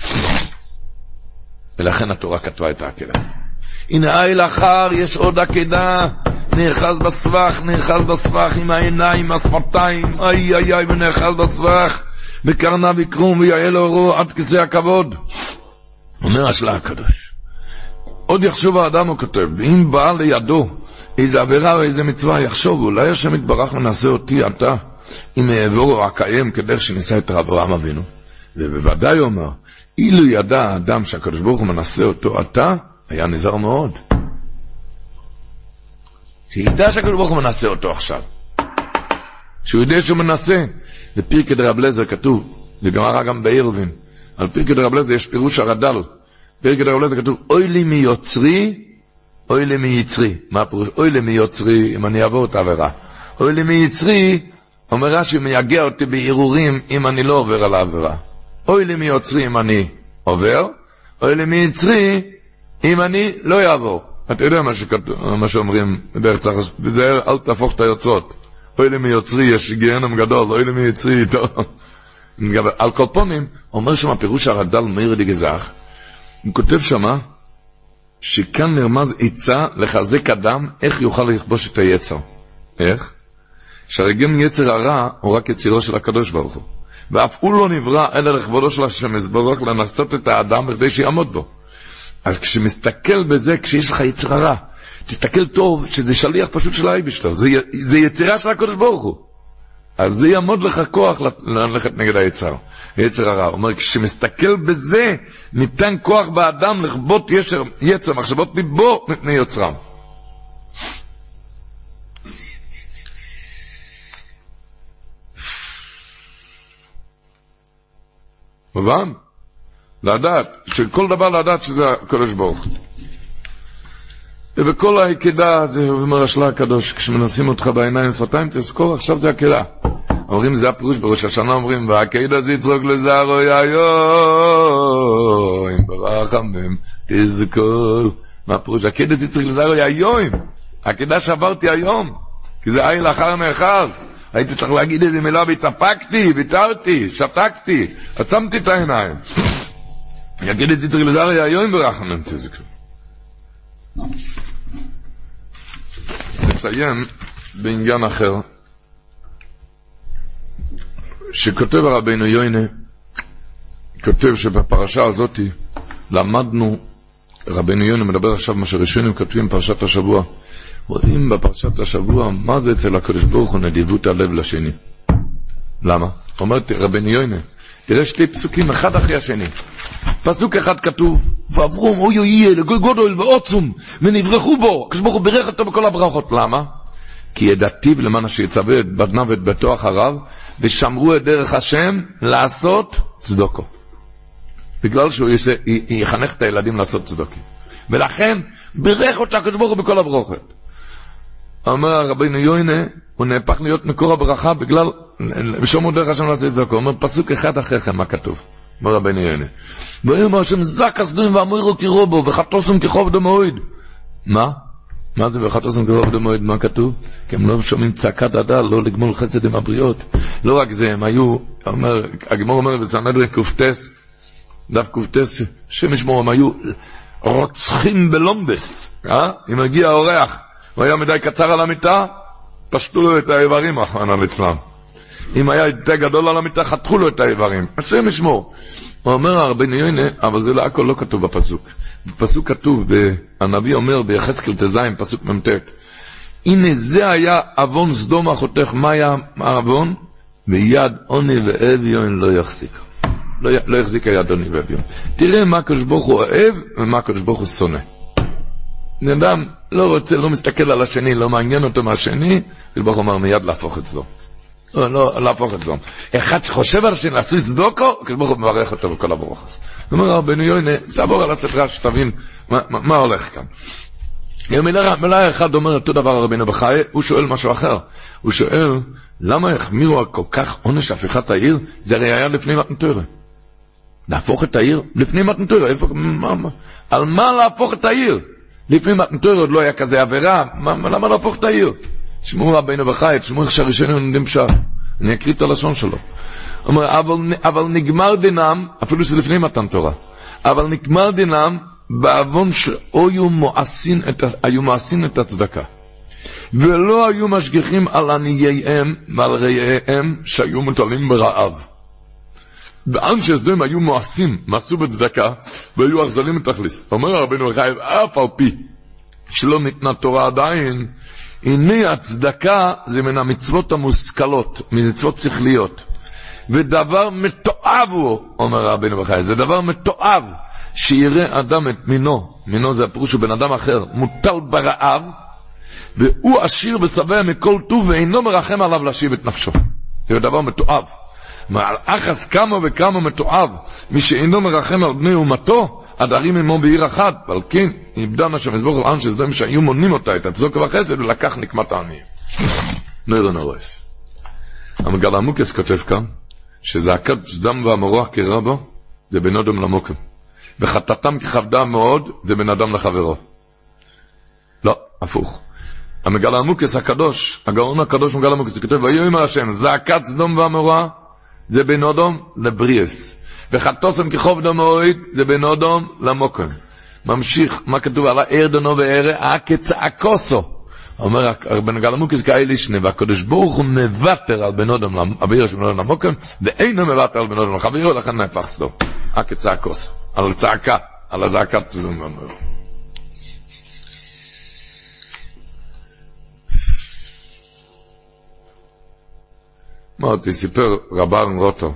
ולכן התורה כתבה את העקדה. הנה איל אחר יש עוד עקדה, נאחז בסבך, נאחז בסבך עם העיניים, השפתיים, איי איי איי, ונאחז בסבך, בקרניו יקרום ויעל אורו עד כיסא הכבוד. אומר השלה הקדוש. עוד יחשוב האדם, הוא כותב, ואם בא לידו איזה עבירה או איזה מצווה, יחשוב, אולי השם יתברך מנסה אותי אתה, אם יעבור הקיים כדרך שניסה את אברהם אבינו. ובוודאי אומר, אילו ידע האדם שהקדוש ברוך הוא מנסה אותו אתה, היה נזהר מאוד. שידע שהקדוש ברוך הוא מנסה אותו עכשיו. שהוא יודע שהוא מנסה. בפרקי דרב אליעזר כתוב, זה גמרא גם בעירובין, על פרקי דרב אליעזר יש פירוש הרד"ל. פרקי דרב אליעזר כתוב, אוי לי מיוצרי, אוי לי מיצרי. מה הפירוש? אוי לי מיוצרי, אם אני אעבור את העבירה. אוי לי מיצרי, אומר רש"י, מייגע אותי בערעורים אם אני לא עובר על העבירה. אוי לי מיוצרי אם אני עובר, אוי לי מיצרי אם אני לא יעבור. אתה יודע מה, שכתוב, מה שאומרים בדרך צריך, תזהר, אל תהפוך את היוצרות. אוי לי מיוצרי, יש גיהנום גדול, אוי לי מיצרי, טוב. על כל פונים, אומר שם הפירוש הרד"ל מאיר דגזך, הוא כותב שמה, שכאן נרמז עצה לחזק אדם, איך יוכל לכבוש את היצר. איך? שהרגם יצר הרע, הוא רק יצירו של הקדוש ברוך הוא. ואף הוא לא נברא, אלא לכבודו של השם יתברך לנסות את האדם, בכדי שיעמוד בו. אז כשמסתכל בזה, כשיש לך יצר הרע, תסתכל טוב, שזה שליח פשוט של האיבשטר, זה, זה יצירה של הקדוש ברוך הוא. אז זה יעמוד לך כוח ללכת נגד היצר, היצר הרע. הוא אומר, כשמסתכל בזה, ניתן כוח באדם לכבות יצר, יצר מחשבות ליבו מפני יוצרם. מובן? לדעת, שכל דבר לדעת שזה הקדוש ברוך הוא. ובכל העקדה, זה אומר השלה הקדוש, כשמנסים אותך בעיניים שפתיים, תזכור, עכשיו זה עקדה. אומרים, זה הפירוש בראש השנה, אומרים, והעקדה זה יצרוק לזרוי היום, ברחמים, תזכור. מה הפירוש? העקדה זה יצרוק לזרוי היום. העקדה שעברתי היום, כי זה עין לאחר נאחר. הייתי צריך להגיד איזה מילה, והתאפקתי, ויתרתי, שתקתי, עצמתי את העיניים. העקדה זה יצרוק לזרוי היום, ברחמים, תזכור. נסיים בעניין אחר, שכותב הרבינו יוינה, כותב שבפרשה הזאת למדנו, רבינו יוינה מדבר עכשיו מה שראשונים כותבים פרשת השבוע, רואים בפרשת השבוע מה זה אצל הקדוש ברוך הוא נדיבות הלב לשני. למה? אומרת רבינו יוינה, תראה שתי פסוקים אחד אחרי השני. פסוק אחד כתוב, ועברו אוי אוי לגוי גודל ועוצום ונברחו בו, הקדוש ברוך הוא בירך אותו בכל הברכות. למה? כי ידעתיו למען שיצווה את בניו ואת ביתו אחריו, ושמרו את דרך השם לעשות צדוקו. בגלל שהוא יעשה, יחנך את הילדים לעשות צדוקי. ולכן בירך אותו הקדוש ברוך הוא בכל הברכות. אומר רבינו יוינה, הוא נהפך להיות מקור הברכה בגלל ושמרו דרך השם לעשות צדוקו. אומר פסוק אחד אחריכם מה כתוב. אומר רבינו יוינה, ואומר השם זק הסדומים ואמרו כרובו וחטוסם ככובדו מועד. מה? מה זה וחטוסם ככובדו מועד? מה כתוב? כי הם לא שומעים צעקת הדל, לא לגמול חסד עם הבריות. לא רק זה, הם היו, אומר, הגמור אומר בסנהדרין קופטס, דף קופטס, שם ישמור, הם היו רוצחים בלומבס, אה? אם הגיע האורח, הוא היה מדי קצר על המיטה, פשטו לו את האיברים, רחמנא ליצלן. אם היה יותר גדול על המיטה, חתכו לו את האיברים. השם ישמור. הוא אומר הרבינו יוינה, אבל זה לא הכל לא כתוב בפסוק. בפסוק כתוב, הנביא אומר ביחזקאל תזיים, פסוק ממתת, הנה זה היה אבון סדום אחותך. מה היה האבון? ויד עוני ואביון לא יחזיק. לא, לא יחזיק היד עוני ואביון. תראה מה הקדוש ברוך הוא אוהב ומה הקדוש ברוך הוא שונא. אדם לא רוצה, לא מסתכל על השני, לא מעניין אותו מהשני, הקדוש ברוך הוא אומר מיד להפוך את סדום. לא, לא, להפוך את סדום. אחד שחושב על השני, לעשות צדוקו, הקדוש ברוך הוא מברך אותו בכל הברוכות. זאת אומרת, רבינו יוינה, תעבור על הספרה שתבין מה, מה, מה הולך כאן. מילה אחד אומר אותו דבר רבינו בחיי, הוא שואל משהו אחר. הוא שואל, למה החמירו על כל כך עונש הפיכת העיר? זה הרי היה לפני מתנתורה. להפוך את העיר לפני מתנתורה. איפה, מה, מה? על מה להפוך את העיר? לפני מתנתורה עוד לא היה כזה עבירה. מה, למה להפוך את העיר? שמעו רבינו בחיי, שמעו איך שהראשונים נותנים פשר. אני אקריא את הלשון שלו. הוא אומר, אבל, אבל נגמר דינם, אפילו שלפני מתנתורה, אבל נגמר דינם, בעוון שהיו מואסין את, היו מואסין את הצדקה. ולא היו משגיחים על ענייהם ועל רעיהם שהיו מוטלים ברעב. באנשי סדום היו מואסים, מעשו בצדקה, והיו אכזלים מתכליס. אומר רבינו בחיי, אף על פי שלא ניתנה תורה עדיין, הנה הצדקה זה מן המצוות המושכלות, מצוות שכליות. ודבר מתועב הוא, אומר רבינו בחיי, זה דבר מתועב, שיראה אדם את מינו, מינו זה הפירוש של בן אדם אחר, מוטל ברעב, והוא עשיר ושבע מכל טוב, ואינו מרחם עליו להשיב את נפשו. זה דבר מתועב. מעל אחס כמה וכמה מתועב, מי שאינו מרחם על בני אומתו, הדרים עמו בעיר אחת, ועל כן, איבדה נשם יזבוך על אנשי סדום שהיו מונים אותה, את הצדוק והחסד, ולקח נקמת העניים. נראה נורס. המגל המוקס כותב כאן, שזעקת סדם והמורח כרבו, זה בין אדם למוקם. וחטאתם ככבדה מאוד, זה בין אדם לחברו. לא, הפוך. המגל המוקס הקדוש, הגאון הקדוש מגל המוקס, כותב, ויהי אומר השם, זעקת סדום והמורח, זה בין אדם לבריאס. וחטאתם ככבדה מאוד, זה בין אדם למוקם. ממשיך, מה כתוב על הער דנו וערה, כצעקוסו. אומר בן גל המוקס כאלה שני, והקדוש ברוך הוא מוותר על בן אדם לביר של בן אדם למוקם, ואינו מוותר על בן אדם לחביר, ולכן נהפך סדום. כצעקוסו. על צעקה, על הזעקת סדום והמורח. מה אותי, סיפר רבן רוטו,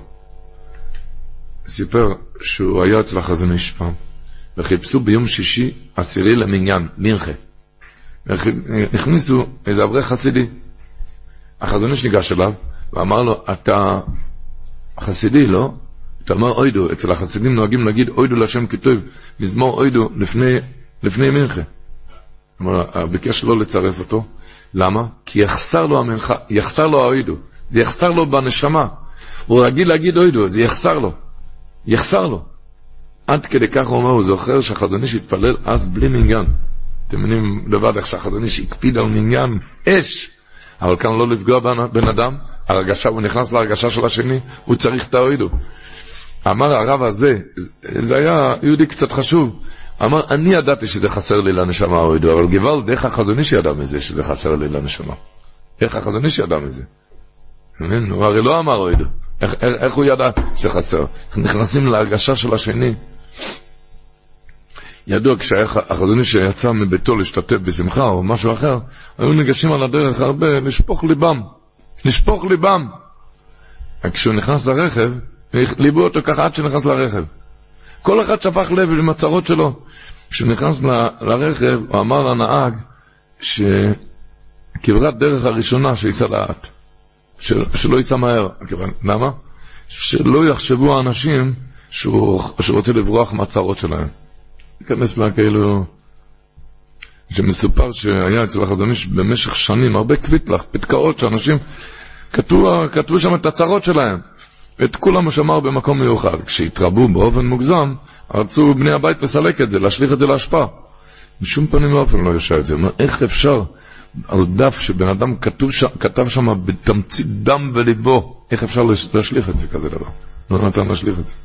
סיפר שהוא היה אצל החזון איש פעם, וחיפשו ביום שישי עשירי למניין, מנחה. הכניסו איזה אברך חסידי. החזון איש ניגש אליו, ואמר לו, אתה חסידי, לא? אתה אומר אוידו, אצל החסידים נוהגים להגיד אוידו לשם כתוב, מזמור אוידו לפני, לפני מנחה. ביקש לא לצרף אותו. למה? כי יחסר לו המנחה, יחסר לו האוידו. זה יחסר לו בנשמה. הוא רגיל להגיד אוידו, זה יחסר לו. יחסר לו. עד כדי כך הוא אומר, הוא זוכר שהחזון איש התפלל אז בלי מנגן. אתם מבינים לבד איך שהחזון איש הקפיד על מנגן, אש. אבל כאן לא לפגוע בן אדם, הרגשה, הוא נכנס להרגשה של השני, הוא צריך את האוידו. אמר הרב הזה, זה היה יהודי קצת חשוב, אמר, אני ידעתי שזה חסר לי לנשמה האוידו, אבל גבל, איך החזון איש ידע מזה שזה חסר לי לנשמה? איך החזון איש ידע מזה? הוא הרי לא אמר אוידו. איך, איך, איך הוא ידע שחסר? נכנסים להרגשה של השני. ידוע כשהחזון איש שיצא מביתו להשתתף בשמחה או משהו אחר, היו ניגשים על הדרך הרבה לשפוך ליבם. לשפוך ליבם. כשהוא נכנס לרכב, ליבו אותו ככה עד שנכנס לרכב. כל אחד שפך לב עם הצרות שלו. כשהוא נכנס ל, לרכב, הוא אמר לנהג שכברת דרך הראשונה שיסע לאט. של, שלא ייסע מהר. למה? שלא יחשבו האנשים שהוא, שהוא רוצה לברוח מהצרות שלהם. ניכנס לה כאילו, שמסופר שהיה אצל החזון איש במשך שנים, הרבה קביטלח, פתקאות שאנשים כתבו, כתבו שם את הצרות שלהם. ואת כולם הוא שמר במקום מיוחד. כשהתרבו באופן מוגזם, רצו בני הבית לסלק את זה, להשליך את זה להשפעה. בשום פנים ואופן לא יושב את זה. איך אפשר, על דף שבן אדם כתוב שם, כתב שם בתמצית דם וליבו, איך אפשר להשליך את זה כזה דבר? לא נתן להשליך את זה.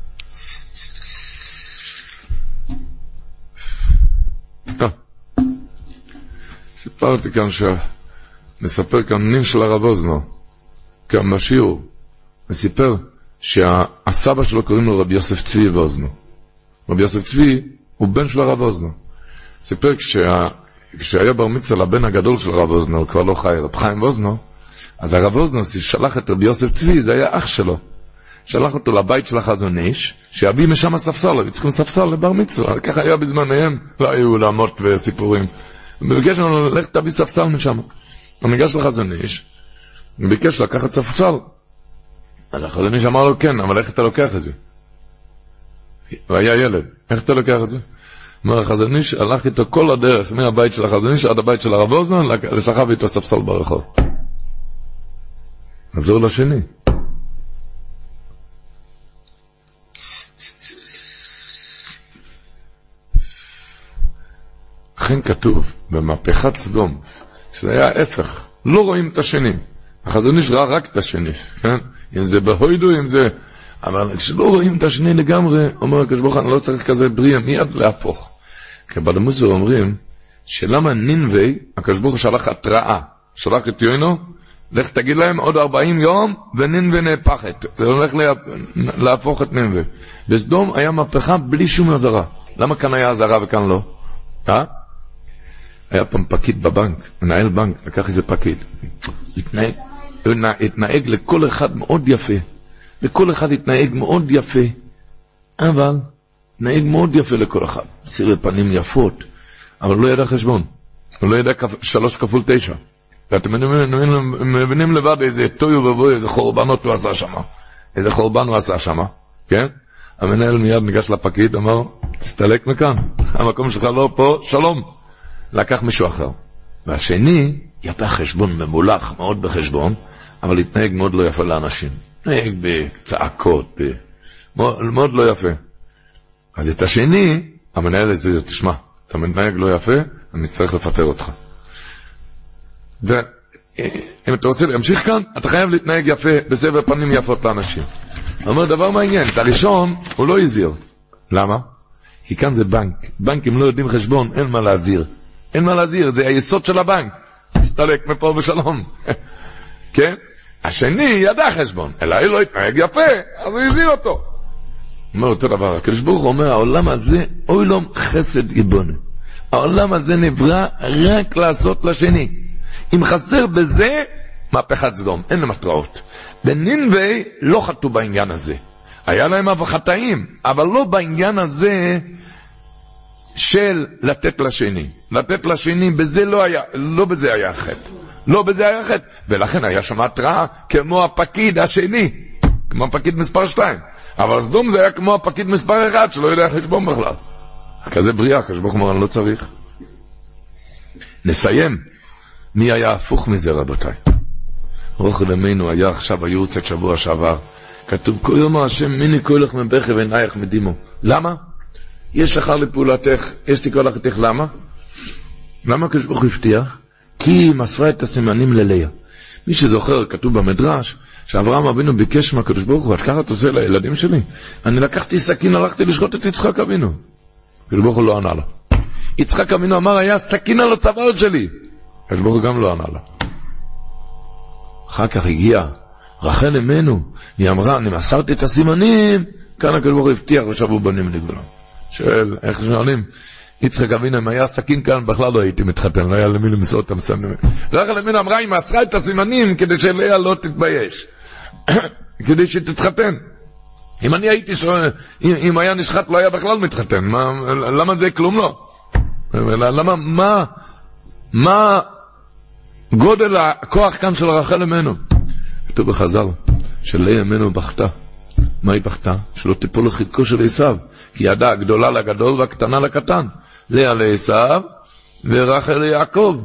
סיפרתי כאן שמספר כאן נין של הרב אוזנו, כאן בשיעור, וסיפר שהסבא שלו קוראים לו רבי יוסף צבי ואוזנו. רבי יוסף צבי הוא בן של הרב אוזנו. סיפר כשה, כשהיה בר מצווה לבן הגדול של הרב אוזנו, הוא כבר לא חי, רב חיים ואוזנו, אז הרב אוזנו שלח את רבי יוסף צבי, זה היה אח שלו. שלח אותו לבית של החזון איש, שיביא משם הספסל, וצריכים ספסל לבר מצווה. ככה היה בזמניהם, לא היו עולמות וסיפורים. וביקש לנו ללכת תביא ספסל משם. הוא ניגש לחזון איש, וביקש לקחת ספסל. אז החזון איש אמר לו, כן, אבל איך אתה לוקח את זה? הוא היה ילד, איך אתה לוקח את זה? אומר החזון איש, הלך איתו כל הדרך, מהבית של החזון איש עד הבית של הרב אוזנו, לשכב איתו ספסל ברחוב. עזור לשני. לכן כתוב במהפכת סדום, שזה היה ההפך, לא רואים את השני. החזון איש ראה רק את השני, כן? אם זה בהוידו, אם זה... אבל כשלא רואים את השני לגמרי, אומר הקדוש ברוך הוא, אני לא צריך כזה בריאה, מיד להפוך. כי בלמוסר אומרים, שלמה נינווי, הקדוש ברוך הוא שלח התראה, שלח את יוינו, לך תגיד להם עוד ארבעים יום, ונינווי נהפכת. זה הולך להפוך את נינווי. בסדום היה מהפכה בלי שום עזרה. למה כאן היה עזרה וכאן לא? אה? היה פעם פקיד בבנק, מנהל בנק, לקח איזה פקיד. התנהג, התנהג לכל אחד מאוד יפה. לכל אחד התנהג מאוד יפה. אבל, התנהג מאוד יפה לכל אחד. צירי פנים יפות, אבל לא ידע חשבון. הוא לא ידע שלוש כפול תשע. ואתם מבינים לבד איזה טויו ובוי, איזה חורבנות הוא עשה שמה. איזה חורבן הוא עשה שמה. כן? המנהל מיד ניגש לפקיד, אמר, תסתלק מכאן. המקום שלך לא פה, שלום. לקח מישהו אחר. והשני, ידע חשבון ממולח, מאוד בחשבון, אבל התנהג מאוד לא יפה לאנשים. התנהג בצעקות, מאוד, מאוד לא יפה. אז את השני, המנהל הזה, תשמע, אתה מתנהג לא יפה, אני צריך לפטר אותך. ואם אתה רוצה להמשיך כאן, אתה חייב להתנהג יפה, בסבר פנים יפות לאנשים. הוא אומר, דבר מעניין, את הראשון, הוא לא יזיר. למה? כי כאן זה בנק. בנקים לא יודעים חשבון, אין מה להזיר. אין מה להזיר, זה היסוד של הבנק. תסתלק מפה בשלום. כן? השני ידע חשבון, אלא הוא לא התנהג יפה, אז הוא יזיר אותו. אומר אותו דבר, הקדוש ברוך הוא אומר, העולם הזה, אוי לו חסד גיבונו. העולם הזה נברא רק לעשות לשני. אם חסר בזה, מהפכת סדום, אין למטראות. בנינווי לא חטאו בעניין הזה. היה להם אב חטאים, אבל לא בעניין הזה של לתת לשני. לתת לשני, בזה לא היה, לא בזה היה חטא. לא בזה היה חטא. ולכן היה שם התראה כמו הפקיד השני. כמו הפקיד מספר שתיים. אבל סדום זה היה כמו הפקיד מספר אחד, שלא יודע חשבון בכלל. כזה בריאה, כשברוך אומר, אני לא צריך. נסיים. מי היה הפוך מזה, רבותיי? רוחל אמנו היה עכשיו היורצת שבוע שעבר. כתוב, כל יום השם מיני כהלך מבכי ועינייך מדימו. למה? יש שכר לפעולתך, יש תקרא לכתך, למה? למה הקדוש ברוך הוא הבטיח? כי מסרה את הסימנים ללאה. מי שזוכר, כתוב במדרש, שאברהם אבינו ביקש מהקדוש ברוך הוא, עד ככה אתה עושה לילדים שלי? אני לקחתי סכין, הלכתי לשחוט את יצחק אבינו. הקדוש ברוך הוא לא ענה לו. יצחק אבינו אמר, היה סכין על הצוואר שלי. הקדוש ברוך הוא גם לא ענה לו. אחר כך הגיע רחל אמנו, היא אמרה, אני מסרתי את הסימנים, כאן הקדוש ברוך הוא הבטיח ושבו בנים לגבולם. שואל, איך שואלים? יצחק אבינו, אם היה סכין כאן, בכלל לא הייתי מתחתן, לא היה למי למסור את הסימנים. רחל אמנו אמרה, היא מסרה את הסימנים כדי שלאה לא תתבייש. כדי שתתחתן. אם אני הייתי, אם, אם היה נשחט, לא היה בכלל מתחתן. מה, למה זה כלום לא? למה, מה, מה גודל הכוח כאן של רחל אמנו? כתוב בחז"ל, שלאה אמנו בכתה. מה היא בכתה? שלא תיפול לחיקו של עשיו. כי ידה הגדולה לגדול והקטנה לקטן. לאה לעשיו ורחל ליעקב.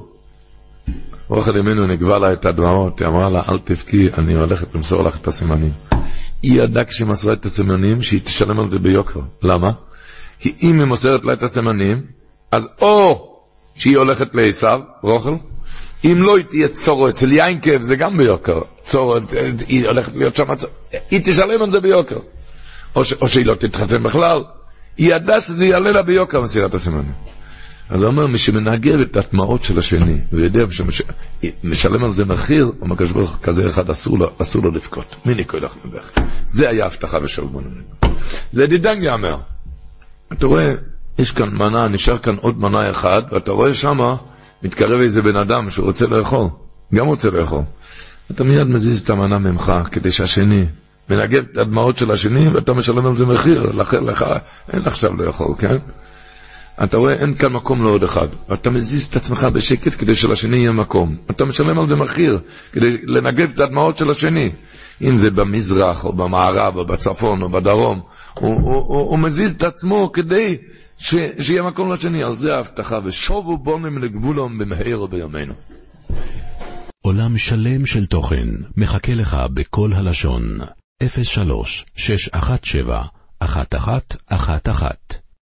רחל אמנו נגבה לה את הדמעות, היא אמרה לה, אל תבכי, אני הולכת למסור לך את הסימנים. היא ידעה כשהיא מסרה את הסימנים, שהיא תשלם על זה ביוקר. למה? כי אם היא מוסרת לה את הסימנים, אז או שהיא הולכת לעשיו, רחל, אם לא היא תהיה צורו אצל יינקב, זה גם ביוקר. צורו, היא הולכת להיות שם, היא תשלם על זה ביוקר. או, ש, או שהיא לא תתחתן בכלל. היא ידעה שזה יעלה לה ביוקר מסירת הסימנים. אז הוא אומר, מי שמנגב את התמאות של השני, הוא יודע שמשלם על זה מחיר, הוא מקש ברוך, כזה אחד אסור לו, אסור לו לפקוט. מיני כהלך מבך. זה היה הבטחה ושלמון. זה דידן יאמר. אתה רואה, יש כאן מנה, נשאר כאן עוד מנה אחד, ואתה רואה שמה, מתקרב איזה בן אדם שהוא רוצה לאכול. גם רוצה לאכול. אתה מיד מזיז את המנה ממך, כדי שהשני מנגב את הדמעות של השני, ואתה משלם על זה מחיר. לך, לך, אין עכשיו לאכול, כן? אתה רואה, אין כאן מקום לעוד אחד. אתה מזיז את עצמך בשקט כדי שלשני יהיה מקום. אתה משלם על זה מחיר, כדי לנגב את הדמעות של השני. אם זה במזרח, או במערב, או בצפון, או בדרום, הוא, הוא, הוא, הוא מזיז את עצמו כדי ש, שיהיה מקום לשני. על זה ההבטחה, ושובו בונים לגבולם במהר או בימינו. עולם שלם של תוכן מחכה לך בכל הלשון. אפס שלוש שש אחת שבע אחת אחת אחת אחת